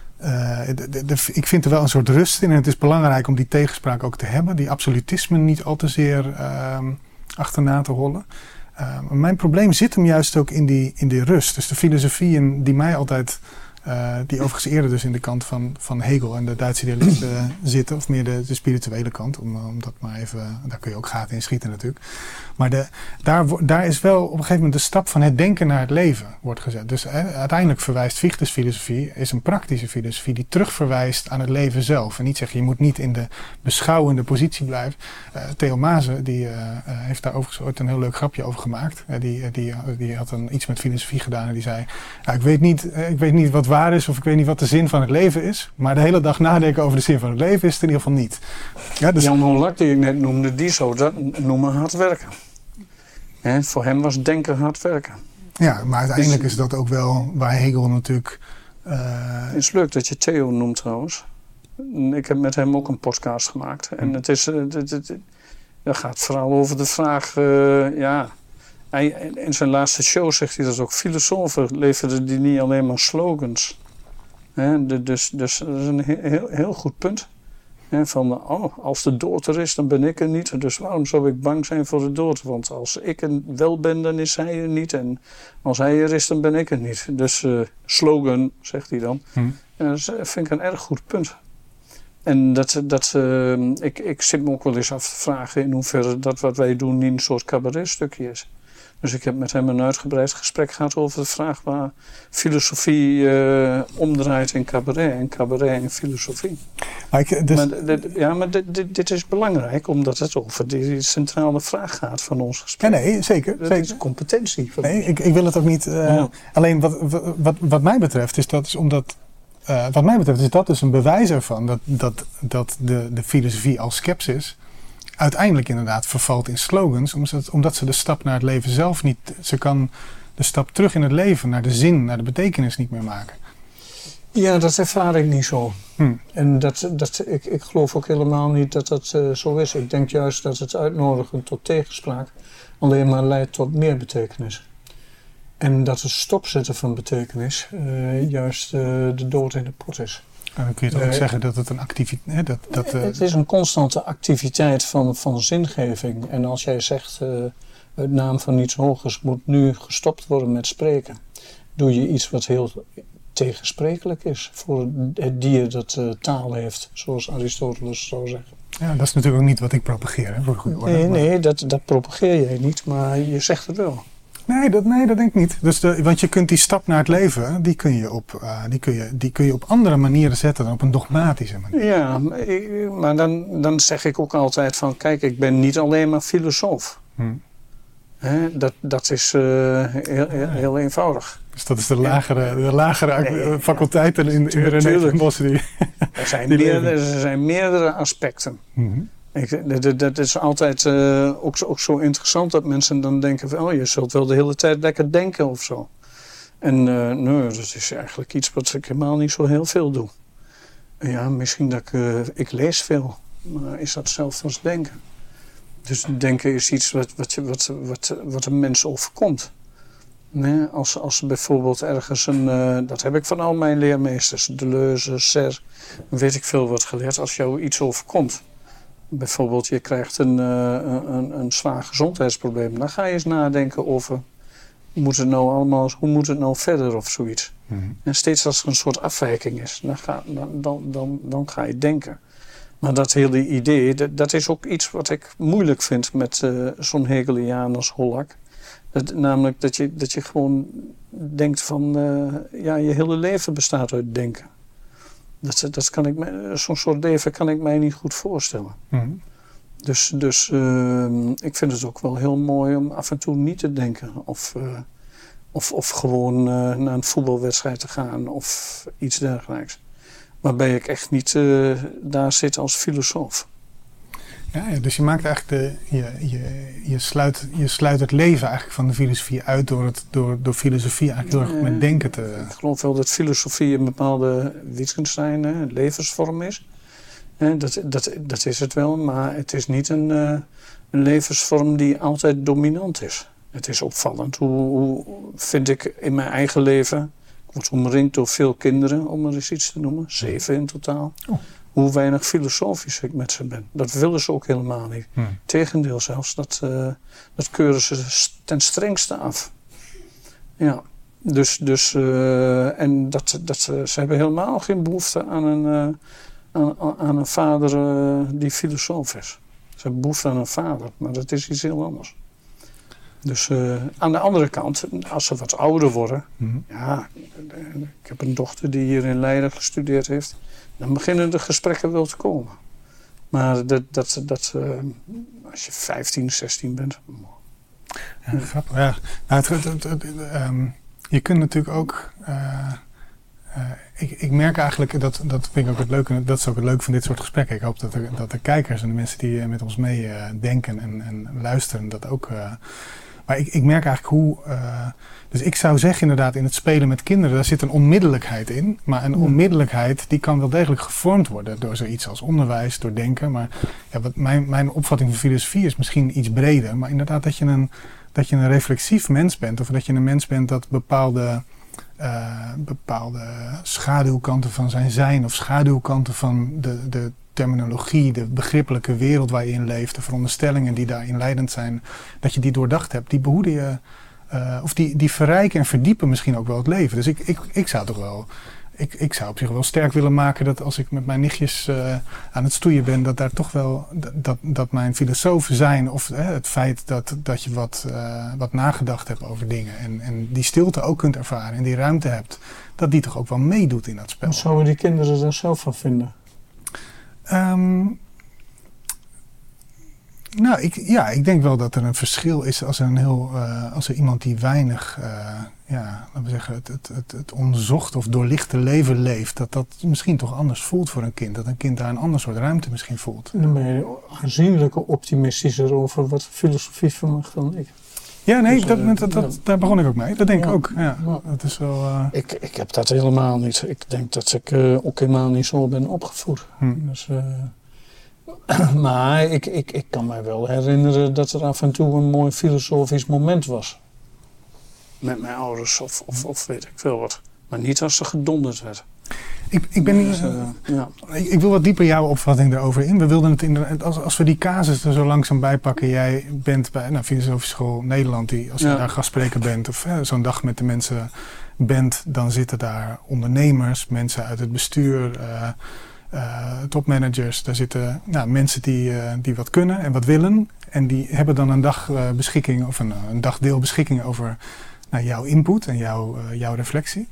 ik vind er wel een soort rust in en het is belangrijk om die tegenspraak ook te hebben. Die absolutisme niet al te zeer achterna te hollen. Mijn probleem zit hem juist ook in die rust. Dus de filosofieën die mij altijd... die overigens eerder dus in de kant van Hegel en de Duitse idealisten zitten. Of meer de spirituele kant. Om dat maar even... Daar kun je ook gaten in schieten natuurlijk. Maar daar is wel op een gegeven moment de stap van het denken naar het leven wordt gezet. Dus uiteindelijk verwijst Fichte's filosofie is een praktische filosofie die terugverwijst aan het leven zelf. En niet zeggen je moet niet in de beschouwende positie blijven. Theo Maassen die heeft daar overigens ooit een heel leuk grapje over gemaakt. Die had iets met filosofie gedaan en die zei... ik weet niet wat waar is of ik weet niet wat de zin van het leven is. Maar de hele dag nadenken over de zin van het leven is het in ieder geval niet. Ja, dus... Jan Hollack, die ik net noemde, die zou dat noemen hard werken. Voor hem was denken hard werken. Ja, maar uiteindelijk is dat ook wel waar Hegel natuurlijk... Het is leuk dat je Theo noemt trouwens. Ik heb met hem ook een podcast gemaakt. En het gaat vooral over de vraag... in zijn laatste show zegt hij dat ook. Filosofen leverden die niet alleen maar slogans. Dus dat is een heel goed punt. Van, als de dood er is, dan ben ik er niet. Dus waarom zou ik bang zijn voor de dood? Want als ik er wel ben, dan is hij er niet. En als hij er is, dan ben ik er niet. Dus slogan, zegt hij dan. Dat vind ik een erg goed punt. En ik zit me ook wel eens af te vragen in hoeverre dat wat wij doen niet een soort cabaretstukje is. Dus ik heb met hem een uitgebreid gesprek gehad over de vraag waar filosofie omdraait in cabaret en cabaret in filosofie. Maar dit is belangrijk omdat het over die centrale vraag gaat van ons gesprek. Ja, nee, zeker. Dat is competentie. Nee, ik wil het ook niet. Alleen wat mij betreft is dat dus een bewijs ervan dat de filosofie als skepsis uiteindelijk inderdaad vervalt in slogans, omdat ze de stap naar het leven zelf niet... Ze kan de stap terug in het leven, naar de zin, naar de betekenis niet meer maken. Ja, dat ervaar ik niet zo. En ik geloof ook helemaal niet dat dat zo is. Ik denk juist dat het uitnodigen tot tegenspraak alleen maar leidt tot meer betekenis. En dat het stopzetten van betekenis juist de dood in de pot is. Dan kun je toch ook zeggen dat het een activiteit... Het is een constante activiteit van zingeving. En als jij zegt, uit naam van iets hogers moet nu gestopt worden met spreken, doe je iets wat heel tegensprekelijk is voor het dier dat taal heeft, zoals Aristoteles zou zeggen. Ja, dat is natuurlijk ook niet wat ik propageer. Hè, voor de goede orde. Nee, dat propageer jij niet, maar je zegt het wel. Nee, dat denk ik niet. Dus want je kunt die stap naar het leven, die kun je op andere manieren zetten dan op een dogmatische manier. Ja, maar dan zeg ik ook altijd van, kijk, ik ben niet alleen maar filosoof. Dat is heel eenvoudig. Dus dat is de lagere faculteiten in de René van Bossen. Er zijn meerdere aspecten. Dat is altijd ook zo interessant dat mensen dan denken van, je zult wel de hele tijd lekker denken of zo. En nee, dat is eigenlijk iets wat ik helemaal niet zo heel veel doe. Ja, misschien dat ik lees veel, maar is dat hetzelfde als denken? Dus denken is iets wat een mens overkomt. Nee, als bijvoorbeeld ergens dat heb ik van al mijn leermeesters, Deleuze, Serre, weet ik veel wat geleerd, als jou iets overkomt. Bijvoorbeeld, je krijgt een zwaar gezondheidsprobleem. Dan ga je eens nadenken over hoe moet het nou verder of zoiets. En steeds als er een soort afwijking is, dan ga je denken. Maar dat hele idee, dat is ook iets wat ik moeilijk vind met zo'n Hegeliaan als Hollack. Namelijk dat je gewoon denkt van, je hele leven bestaat uit denken. Zo'n soort leven kan ik mij niet goed voorstellen. Dus ik vind het ook wel heel mooi om af en toe niet te denken. Of gewoon naar een voetbalwedstrijd te gaan of iets dergelijks. Waarbij ik echt niet daar zit als filosoof. Ja, dus je maakt eigenlijk je sluit het leven eigenlijk van de filosofie uit door filosofie eigenlijk heel erg met denken te... Ik geloof wel dat filosofie een bepaalde Wittgenstein, levensvorm is. Dat is het wel, maar het is niet een levensvorm die altijd dominant is. Het is opvallend. Hoe vind ik in mijn eigen leven... Ik word omringd door veel kinderen, om er eens iets te noemen. 7 in totaal. Hoe weinig filosofisch ik met ze ben. Dat willen ze ook helemaal niet. Tegendeel zelfs, dat keuren ze ten strengste af. Ja, en ze hebben helemaal geen behoefte aan een vader die filosoof is. Ze hebben behoefte aan een vader, maar dat is iets heel anders. Dus aan de andere kant, als ze wat ouder worden... Ja, ik heb een dochter die hier in Leiden gestudeerd heeft... Dan beginnen de gesprekken wel te komen. Maar als je 15, 16 bent... Ja, grappig. Ja. Nou, je kunt natuurlijk ook... Ik merk eigenlijk, dat vind ik ook het leuke, dat is ook het leuke van dit soort gesprekken. Ik hoop dat de kijkers en de mensen die met ons mee denken en luisteren dat ook Maar ik merk eigenlijk hoe... dus ik zou zeggen inderdaad, in het spelen met kinderen, daar zit een onmiddellijkheid in. Maar een onmiddellijkheid, die kan wel degelijk gevormd worden door zoiets als onderwijs, door denken. Maar ja, mijn opvatting van filosofie is misschien iets breder. Maar inderdaad dat je een reflexief mens bent. Of dat je een mens bent dat bepaalde schaduwkanten van zijn of schaduwkanten van de terminologie, de begrippelijke wereld waar je in leeft, de veronderstellingen die daarin leidend zijn, dat je die doordacht hebt, die behoeden je, of die verrijken en verdiepen misschien ook wel het leven. Dus ik zou toch wel, ik zou op zich wel sterk willen maken dat als ik met mijn nichtjes aan het stoeien ben, dat daar toch wel, dat mijn filosofen zijn, of het feit dat je wat nagedacht hebt over dingen en die stilte ook kunt ervaren en die ruimte hebt, dat die toch ook wel meedoet in dat spel. Wat zouden die kinderen daar zelf van vinden? Ik denk wel dat er een verschil is als er iemand die weinig, laten we zeggen, het onzocht of doorlichte leven leeft, dat misschien toch anders voelt voor een kind. Dat een kind daar een ander soort ruimte misschien voelt. Dan ben je aanzienlijk optimistischer over wat filosofie vermag dan ik. Ja, nee, daar begon ik ook mee. Dat denk ik ook. Ja, dat is wel, Ik heb dat helemaal niet. Ik denk dat ik ook helemaal niet zo ben opgevoed. Dus, maar ik kan me wel herinneren dat er af en toe een mooi filosofisch moment was. Met mijn ouders of weet ik veel wat. Maar niet als er gedonderd werd. Ik wil wat dieper jouw opvatting erover in. We wilden het inderdaad, als we die casus er zo langzaam bij pakken. Jij bent bij Filosofische School Nederland, als je daar gastspreker bent of zo'n dag met de mensen bent, dan zitten daar ondernemers, mensen uit het bestuur, topmanagers. Daar zitten mensen die wat kunnen en wat willen. En die hebben dan een dag beschikking of een dagdeel beschikking over jouw input en jouw reflectie.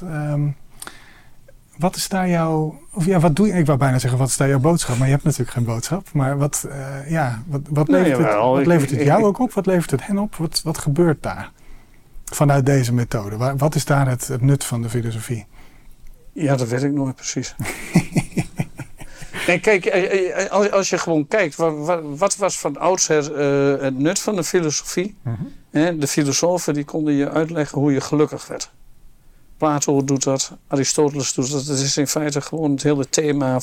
Wat is daar wat doe je? Ik wou bijna zeggen, wat is daar jouw boodschap? Maar je hebt natuurlijk geen boodschap. Maar wat levert het jou ook op? Wat levert het hen op? Wat gebeurt daar vanuit deze methode? Wat is daar het nut van de filosofie? Ja, dat weet ik nooit precies. Nee, kijk, als je gewoon kijkt, wat was van oudsher het nut van de filosofie? De filosofen die konden je uitleggen hoe je gelukkig werd. Plato doet dat, Aristoteles doet dat. Het is in feite gewoon het hele thema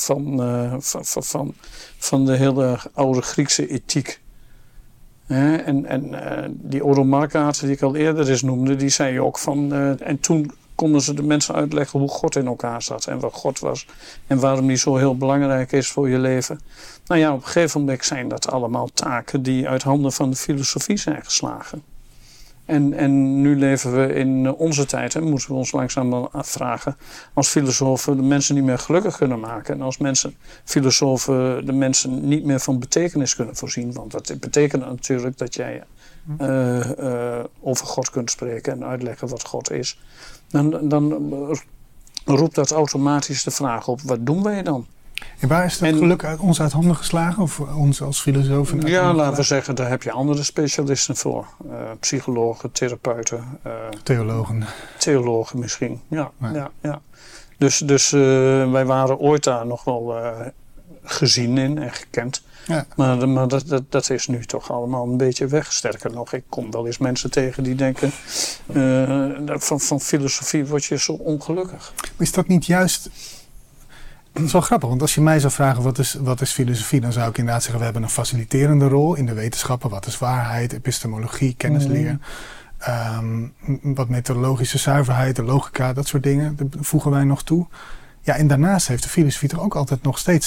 van de hele oude Griekse ethiek. En die Oromarkaart die ik al eerder eens noemde, die zei ook van... en toen konden ze de mensen uitleggen hoe God in elkaar zat en wat God was. En waarom die zo heel belangrijk is voor je leven. Nou ja, op een gegeven moment zijn dat allemaal taken die uit handen van de filosofie zijn geslagen. En nu leven we in onze tijd en moeten we ons langzaam afvragen als filosofen de mensen niet meer gelukkig kunnen maken. En als filosofen de mensen niet meer van betekenis kunnen voorzien. Want dat betekent natuurlijk dat jij over God kunt spreken en uitleggen wat God is. Dan roept dat automatisch de vraag op, wat doen wij dan? En waar is dat geluk ons uit handen geslagen? Of ons als filosofen? Ja, laten we zeggen, daar heb je andere specialisten voor. Psychologen, therapeuten. Theologen misschien, ja. Dus wij waren ooit daar nog wel gezien in en gekend. Ja. Maar dat is nu toch allemaal een beetje weg. Sterker nog, ik kom wel eens mensen tegen die denken... van filosofie word je zo ongelukkig. Maar is dat niet juist... Dat is wel grappig, want als je mij zou vragen wat is filosofie, dan zou ik inderdaad zeggen, we hebben een faciliterende rol in de wetenschappen. Wat is waarheid, epistemologie, kennisleer, wat methodologische zuiverheid, de logica, dat soort dingen, dat voegen wij nog toe. Ja, en daarnaast heeft de filosofie toch ook altijd nog steeds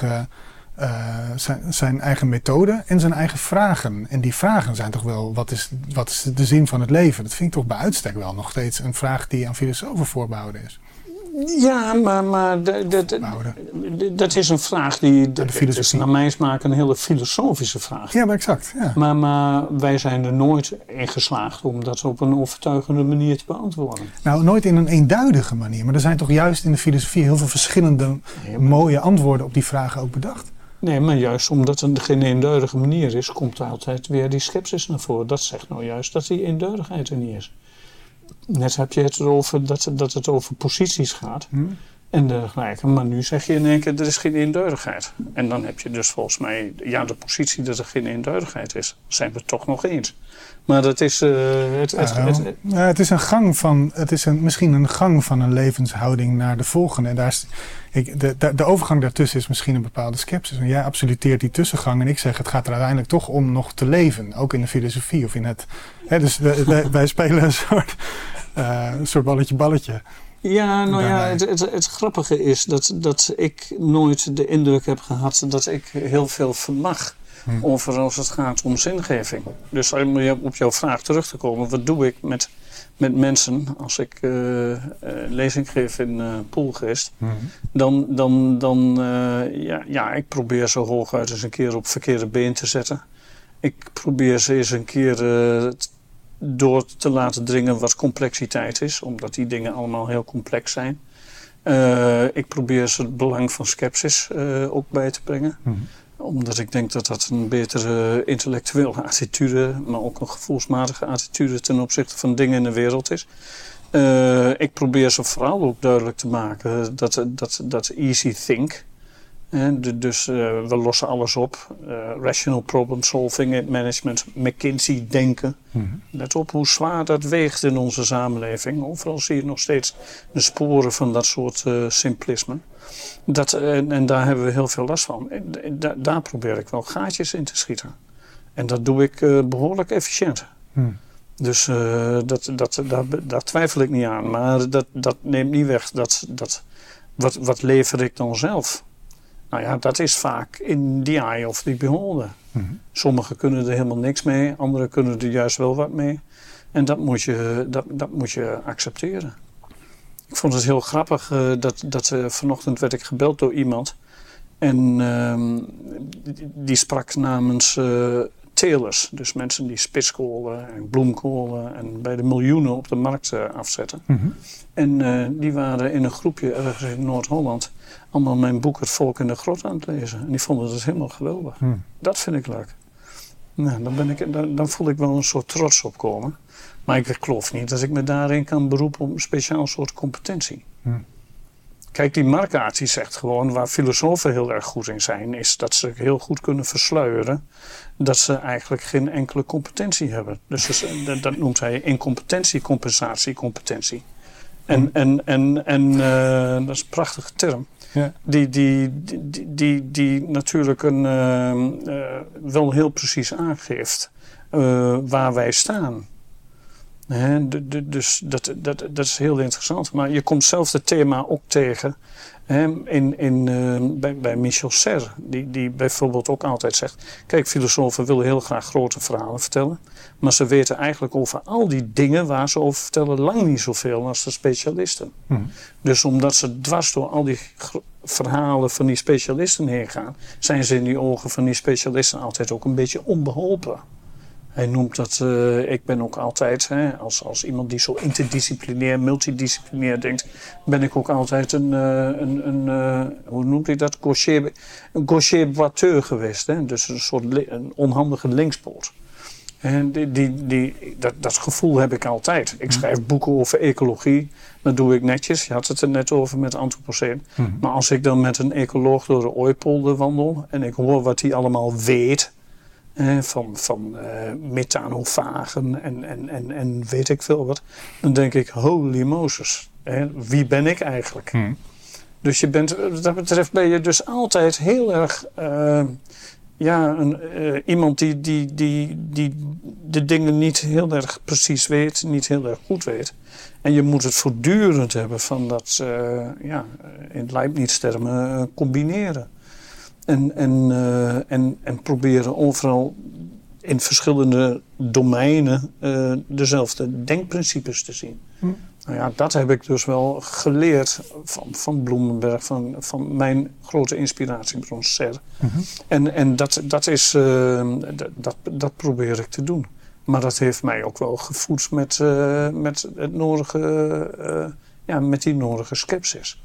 zijn eigen methode en zijn eigen vragen. En die vragen zijn toch wel, wat is de zin van het leven? Dat vind ik toch bij uitstek wel nog steeds een vraag die aan filosofen voorbehouden is. Ja, maar dat is een vraag die... Dat is naar mijn smaak een hele filosofische vraag. Ja, maar exact. Ja. Maar wij zijn er nooit in geslaagd om dat op een overtuigende manier te beantwoorden. Nou, nooit in een eenduidige manier. Maar er zijn toch juist in de filosofie heel veel verschillende mooie antwoorden op die vragen ook bedacht. Nee, maar juist omdat het geen eenduidige manier is, komt er altijd weer die scepsis naar voren. Dat zegt nou juist dat die eenduidigheid er niet is. Net heb je het erover dat het over posities gaat. en dergelijke. Maar nu zeg je in één keer, er is geen eenduidigheid. En dan heb je dus volgens mij de positie dat er geen eenduidigheid is. Zijn we het toch nog eens. Maar dat is... het is een gang van... Het is misschien een gang van een levenshouding naar de volgende. En daar is, de overgang daartussen is misschien een bepaalde scepsis. En jij absoluteert die tussengang. En ik zeg, het gaat er uiteindelijk toch om nog te leven. Ook in de filosofie of in het... Dus wij spelen een soort balletje. Ja, nou ja, het grappige is dat ik nooit de indruk heb gehad dat ik heel veel vermag over als het gaat om zingeving. Dus om op jouw vraag terug te komen, wat doe ik met mensen als ik lezing geef in Poelgeest? Ik probeer ze hooguit eens een keer op verkeerde been te zetten. Ik probeer ze eens een keer door te laten dringen wat complexiteit is, omdat die dingen allemaal heel complex zijn. Ik probeer ze het belang van scepsis ook bij te brengen. Omdat ik denk dat dat een betere intellectuele attitude, maar ook een gevoelsmatige attitude ten opzichte van dingen in de wereld is. Ik probeer ze vooral ook duidelijk te maken dat easy think. Dus we lossen alles op. Rational problem solving, management, McKinsey denken. Let op hoe zwaar dat weegt in onze samenleving. Overal zie je nog steeds de sporen van dat soort simplisme. En daar hebben we heel veel last van. Daar probeer ik wel gaatjes in te schieten. En dat doe ik behoorlijk efficiënt. Dus daar twijfel ik niet aan. Maar dat neemt niet weg wat lever ik dan zelf? Nou ja, dat is vaak in the eye of the beholder. Sommigen kunnen er helemaal niks mee, anderen kunnen er juist wel wat mee. En dat moet je accepteren. Ik vond het heel grappig dat vanochtend werd ik gebeld door iemand. En die sprak namens telers. Dus mensen die spitskolen en bloemkolen en bij de miljoenen op de markt afzetten. En die waren in een groepje ergens in Noord-Holland allemaal mijn boek Het Volk in de Grot aan het lezen. En die vonden het helemaal geweldig. Dat vind ik leuk. Nou, dan voel ik wel een soort trots op komen. Maar ik geloof niet dat ik me daarin kan beroepen op een speciaal soort competentie. Kijk, die Marquardt die zegt gewoon, waar filosofen heel erg goed in zijn, is dat ze heel goed kunnen versluieren dat ze eigenlijk geen enkele competentie hebben. Dus dat noemt hij incompetentie, compensatie, competentie. En dat is een prachtige term. Ja. Die natuurlijk wel heel precies aangeeft waar wij staan. Dus dat is heel interessant. Maar je komt zelf het thema ook tegen bij Michel Serres. Die bijvoorbeeld ook altijd zegt, kijk, filosofen willen heel graag grote verhalen vertellen. Maar ze weten eigenlijk over al die dingen waar ze over vertellen lang niet zoveel als de specialisten. Dus omdat ze dwars door al die verhalen van die specialisten heen gaan, zijn ze in die ogen van die specialisten altijd ook een beetje onbeholpen. Hij noemt dat, ik ben ook altijd, als iemand die zo interdisciplinair, multidisciplinair denkt, ben ik ook altijd hoe noemt hij dat? Een gaucher boiteux geweest. Dus een soort een onhandige linkspoot. En dat gevoel heb ik altijd. Ik schrijf boeken over ecologie. Dat doe ik netjes. Je had het er net over met Anthropoceen. Maar als ik dan met een ecoloog door de Ooipolder wandel en ik hoor wat hij allemaal weet, van methanofagen en weet ik veel wat, dan denk ik, holy Moses, wie ben ik eigenlijk? Dus wat dat betreft ben je dus altijd heel erg iemand die de dingen niet heel erg precies weet, niet heel erg goed weet. En je moet het voortdurend hebben van dat, in Leibniz-termen, combineren. En proberen overal in verschillende domeinen dezelfde denkprincipes te zien. Nou ja, dat heb ik dus wel geleerd van Bloemenberg, van mijn grote inspiratiebron Serres. En dat probeer ik te doen. Maar dat heeft mij ook wel gevoed met het nodige, met die nodige scepsis.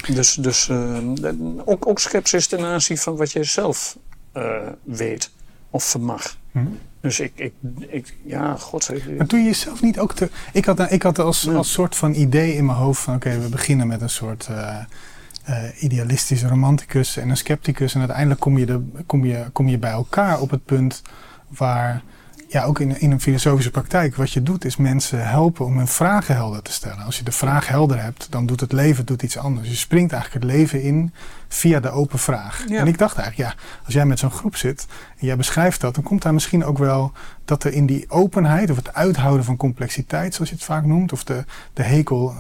Dus ook scepsis ten aanzien van wat jij zelf weet of vermag. Dus god. Maar doe je jezelf niet ook te... Ik had als soort van idee in mijn hoofd van oké, we beginnen met een soort idealistische romanticus en een scepticus. En uiteindelijk kom je bij elkaar op het punt waar... Ja, ook in een filosofische praktijk. Wat je doet is mensen helpen om hun vragen helder te stellen. Als je de vraag helder hebt, dan doet het leven iets anders. Je springt eigenlijk het leven in via de open vraag. Ja. En ik dacht eigenlijk, als jij met zo'n groep zit en jij beschrijft dat, dan komt daar misschien ook wel dat er in die openheid of het uithouden van complexiteit, zoals je het vaak noemt, of de hekel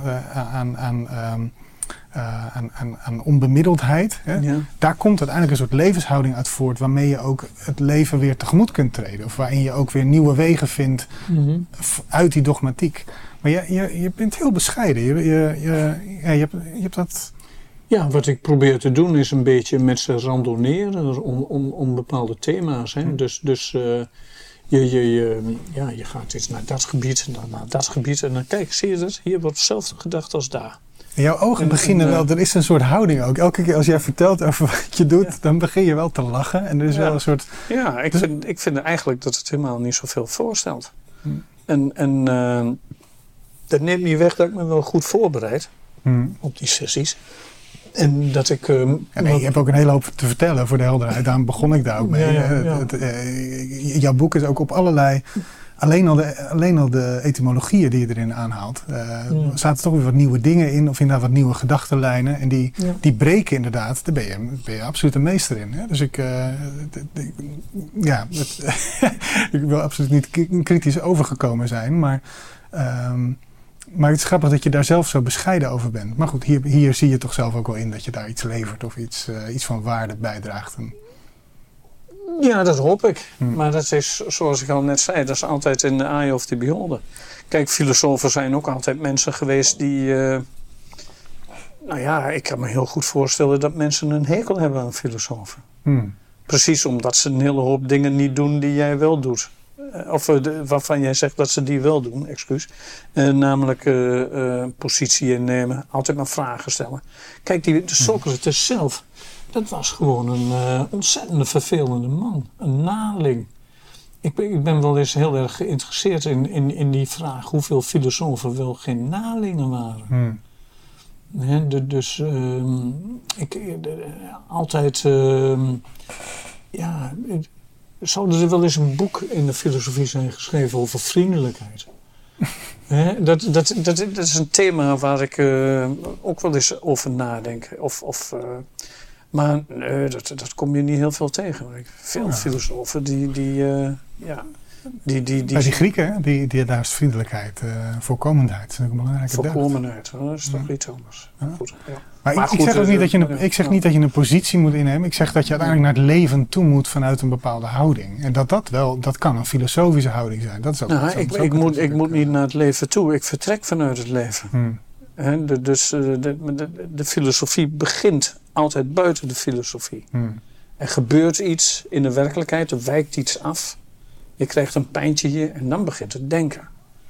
aan onbemiddeldheid. Hè? Ja. Daar komt uiteindelijk een soort levenshouding uit voort waarmee je ook het leven weer tegemoet kunt treden. Of waarin je ook weer nieuwe wegen vindt uit die dogmatiek. Maar je bent heel bescheiden. Je hebt dat... Ja, wat ik probeer te doen is een beetje met ze randonneren om bepaalde thema's. Hè? Dus je gaat eens naar dat gebied en dan naar dat gebied. En dan kijk, zie je dat? Hier wordt hetzelfde gedacht als daar. En jouw ogen beginnen wel, er is een soort houding ook. Elke keer als jij vertelt over wat je doet, dan begin je wel te lachen. En er is wel een soort... Ja, ik vind eigenlijk dat het helemaal niet zoveel voorstelt. Dat neemt niet weg dat ik me wel goed voorbereid op die sessies. En dat ik... je hebt ook een hele hoop te vertellen voor de helderheid. Daarom begon ik daar ook mee. Jouw boek is ook op allerlei... Alleen al de etymologieën die je erin aanhaalt. Zaten toch weer wat nieuwe dingen in. Of inderdaad wat nieuwe gedachtenlijnen. En die breken inderdaad. Daar ben je absoluut een meester in. Hè? Dus ik wil absoluut niet kritisch overgekomen zijn. Maar het is grappig dat je daar zelf zo bescheiden over bent. Maar goed, hier zie je toch zelf ook wel in dat je daar iets levert. Of iets van waarde bijdraagt. Ja, dat hoop ik. Maar dat is, zoals ik al net zei, dat is altijd in de eye of the beholder. Kijk, filosofen zijn ook altijd mensen geweest die... ik kan me heel goed voorstellen dat mensen een hekel hebben aan filosofen. Precies omdat ze een hele hoop dingen niet doen die jij wel doet. Waarvan jij zegt dat ze die wel doen, namelijk positie innemen, altijd maar vragen stellen. Kijk, de Socrates zelf... Dat was gewoon een ontzettende vervelende man. Een naling. Ik ben wel eens heel erg geïnteresseerd in die vraag... hoeveel filosofen wel geen nalingen waren. Zou er wel eens een boek in de filosofie zijn geschreven over vriendelijkheid? Dat is een thema waar ik ook wel eens over nadenk. Maar dat kom je niet heel veel tegen. Veel filosofen die bij die Grieken, daar is vriendelijkheid, voorkomendheid. Dat is een belangrijke voorkomendheid, dat is toch iets anders. Ja. Goed, ja. Maar ik zeg ook niet dat je een positie moet innemen. Ik zeg dat je uiteindelijk naar het leven toe moet vanuit een bepaalde houding. En dat kan een filosofische houding zijn. Dat is ook ik moet niet naar het leven toe. Ik vertrek vanuit het leven. Dus de filosofie begint altijd buiten de filosofie. Er gebeurt iets in de werkelijkheid, er wijkt iets af. Je krijgt een pijntje hier en dan begint het denken.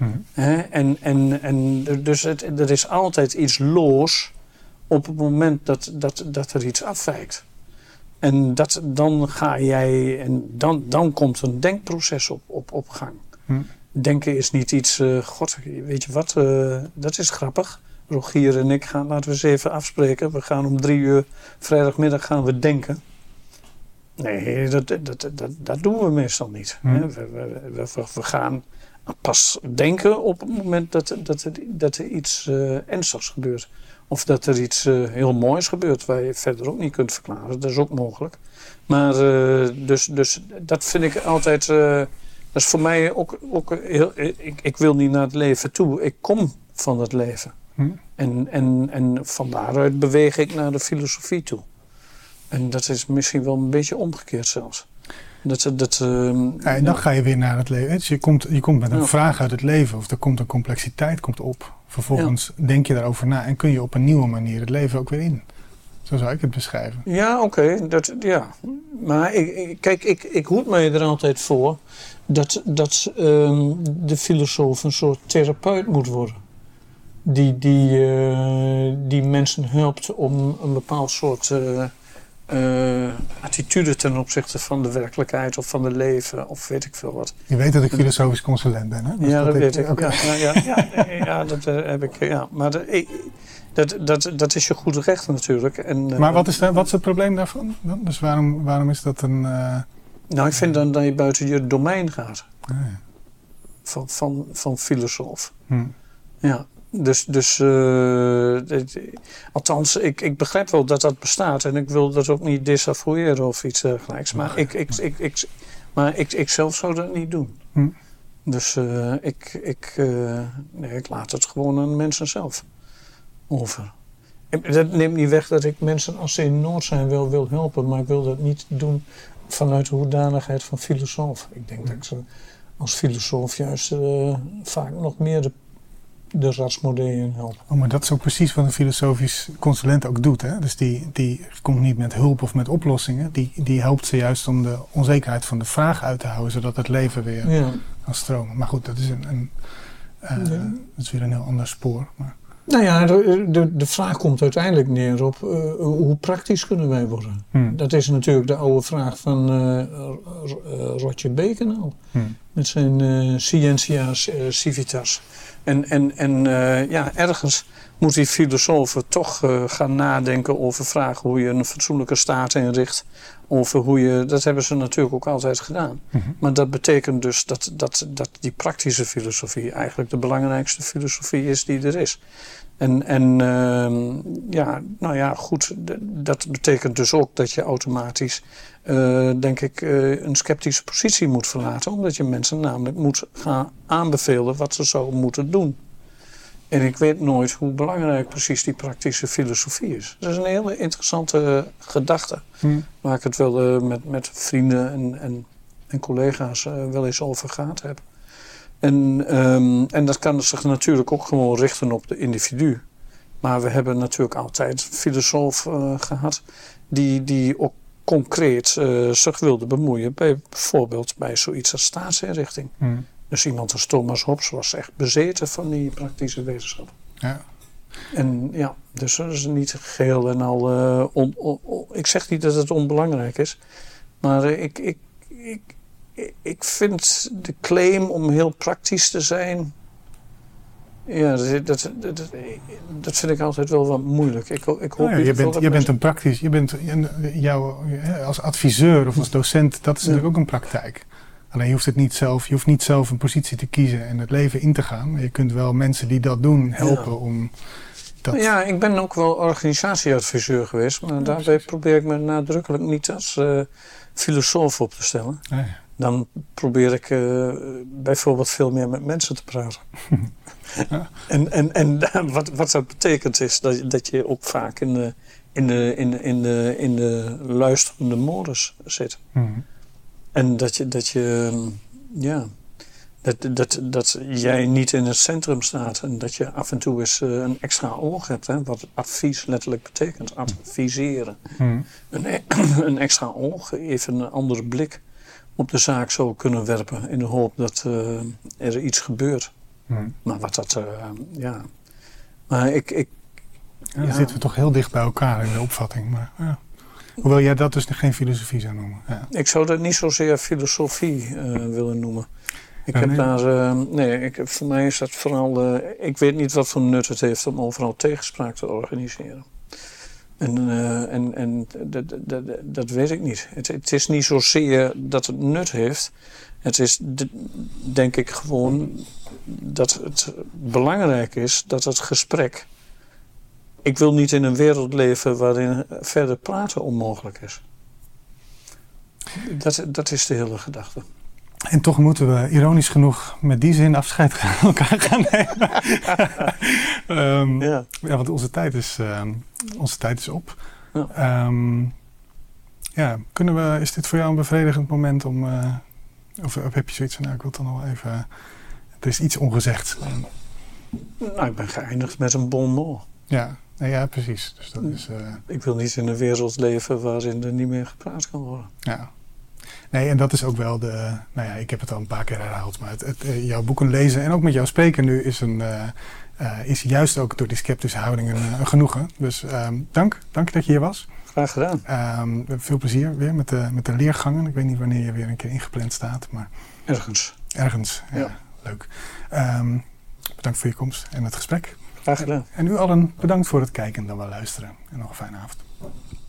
Dus er is altijd iets los op het moment dat er iets afwijkt. En dan ga jij en dan komt een denkproces op gang. Denken is niet iets, weet je wat, dat is grappig. Rogier en ik gaan, laten we eens even afspreken. We gaan om 3:00 vrijdagmiddag gaan we denken. Nee, dat doen we meestal niet. We gaan pas denken op het moment dat er iets ernstigs gebeurt. Of dat er iets heel moois gebeurt waar je verder ook niet kunt verklaren. Dat is ook mogelijk. Maar dus dat vind ik altijd... dat is voor mij ook heel... Ik wil niet naar het leven toe. Ik kom van het leven. En van daaruit beweeg ik naar de filosofie toe. En dat is misschien wel een beetje omgekeerd zelfs. En dan ga je weer naar het leven. Dus je komt met een vraag uit het leven. Of er komt een complexiteit op. Vervolgens denk je daarover na. En kun je op een nieuwe manier het leven ook weer in. Zo zou ik het beschrijven. Ja, oké. Maar ik hoed mij er altijd voor. Dat de filosoof een soort therapeut moet worden. Die mensen helpt om een bepaald soort attitude ten opzichte van de werkelijkheid of van het leven of weet ik veel wat. Je weet dat ik filosofisch consulent ben, hè? Dus ja, dat weet ik. Okay. Ja, dat heb ik. Ja. Maar dat is je goed recht natuurlijk. En, maar wat is het probleem daarvan? Dus waarom is dat een... Nou, ik vind dan dat je buiten je domein gaat. Ja. Van filosoof. Ja. Dus althans, ik begrijp wel dat dat bestaat en ik wil dat ook niet desavoueren of iets dergelijks. Maar ik zelf zou dat niet doen. Dus ik laat het gewoon aan mensen zelf over. Dat neemt niet weg dat ik mensen als ze in nood zijn wel wil helpen, maar ik wil dat niet doen vanuit de hoedanigheid van filosoof. Ik denk dat ik ze als filosoof juist vaak nog meer de rasmodellen helpen. Oh, maar dat is ook precies wat een filosofisch consulent ook doet. Hè? Dus die komt niet met hulp of met oplossingen. Die helpt ze juist om de onzekerheid van de vraag uit te houden, zodat het leven weer kan stromen. Maar goed, dat is dat is weer een heel ander spoor. Maar... Nou ja, de vraag komt uiteindelijk neer op hoe praktisch kunnen wij worden. Dat is natuurlijk de oude vraag van Roger Bacon al. Met zijn Scientia Civitas. En ergens moet die filosoof toch gaan nadenken over vragen hoe je een fatsoenlijke staat inricht. Over hoe je, dat hebben ze natuurlijk ook altijd gedaan. Maar dat betekent dus dat die praktische filosofie eigenlijk de belangrijkste filosofie is die er is. Goed, dat betekent dus ook dat je automatisch, denk ik, een sceptische positie moet verlaten. Omdat je mensen namelijk moet gaan aanbevelen wat ze zouden moeten doen. En ik weet nooit hoe belangrijk precies die praktische filosofie is. Dat is een hele interessante gedachte. Waar ik het wel met vrienden en collega's wel eens over gehad heb. En dat kan zich natuurlijk ook gewoon richten op de individu. Maar we hebben natuurlijk altijd filosoof gehad die ook concreet zich wilde bemoeien. Bijvoorbeeld bij zoiets als staatsinrichting. Dus iemand als Thomas Hobbes was echt bezeten van die praktische wetenschap. Ja. En ja, dus dat is niet geheel en al... ik zeg niet dat het onbelangrijk is. Maar ik vind de claim om heel praktisch te zijn... Ja, dat vind ik altijd wel wat moeilijk. Ik hoop je bent een praktisch... als adviseur of als docent, dat is natuurlijk ook een praktijk. Alleen je hoeft niet zelf een positie te kiezen en het leven in te gaan. Maar je kunt wel mensen die dat doen helpen om dat... Ja, ik ben ook wel organisatieadviseur geweest. Maar daarbij probeer ik me nadrukkelijk niet als filosoof op te stellen. Dan probeer ik bijvoorbeeld veel meer met mensen te praten. En wat dat betekent is dat je ook vaak in de luisterende modus zit. En dat jij niet in het centrum staat en dat je af en toe eens een extra oog hebt, hè, wat advies letterlijk betekent, adviseren. Een extra oog, even een andere blik op de zaak zou kunnen werpen in de hoop dat er iets gebeurt. Maar wat dat, Maar dan zitten we toch heel dicht bij elkaar in de opvatting. Maar, ja. Hoewel jij dat dus geen filosofie zou noemen. Ja. Ik zou dat niet zozeer filosofie willen noemen. Voor mij is dat vooral... ik weet niet wat voor nut het heeft om overal tegenspraak te organiseren. En dat weet ik niet. Het is niet zozeer dat het nut heeft. Het is denk ik gewoon dat het belangrijk is dat het gesprek... Ik wil niet in een wereld leven waarin verder praten onmogelijk is. Dat is de hele gedachte. En toch moeten we ironisch genoeg met die zin afscheid van elkaar gaan nemen. Want onze tijd is op. Is dit voor jou een bevredigend moment om... Of heb je zoiets van, ik wil dan nog even... Er is iets ongezegd. Nou, ik ben geëindigd met een bon mot. Ja, precies. Dus dat is, ik wil niet in een wereld leven waarin er niet meer gepraat kan worden. Ja. Nee, en dat is ook wel de... Nou ja, ik heb het al een paar keer herhaald, maar jouw boeken lezen en ook met jou spreken nu is juist ook door die sceptische houding een genoegen. Dus dank dat je hier was. Graag gedaan. We hebben veel plezier weer met de leergangen. Ik weet niet wanneer je weer een keer ingepland staat. Maar Ergens, ja. Leuk. Bedankt voor je komst en het gesprek. Graag gedaan. En u allen bedankt voor het kijken en dan wel luisteren. En nog een fijne avond.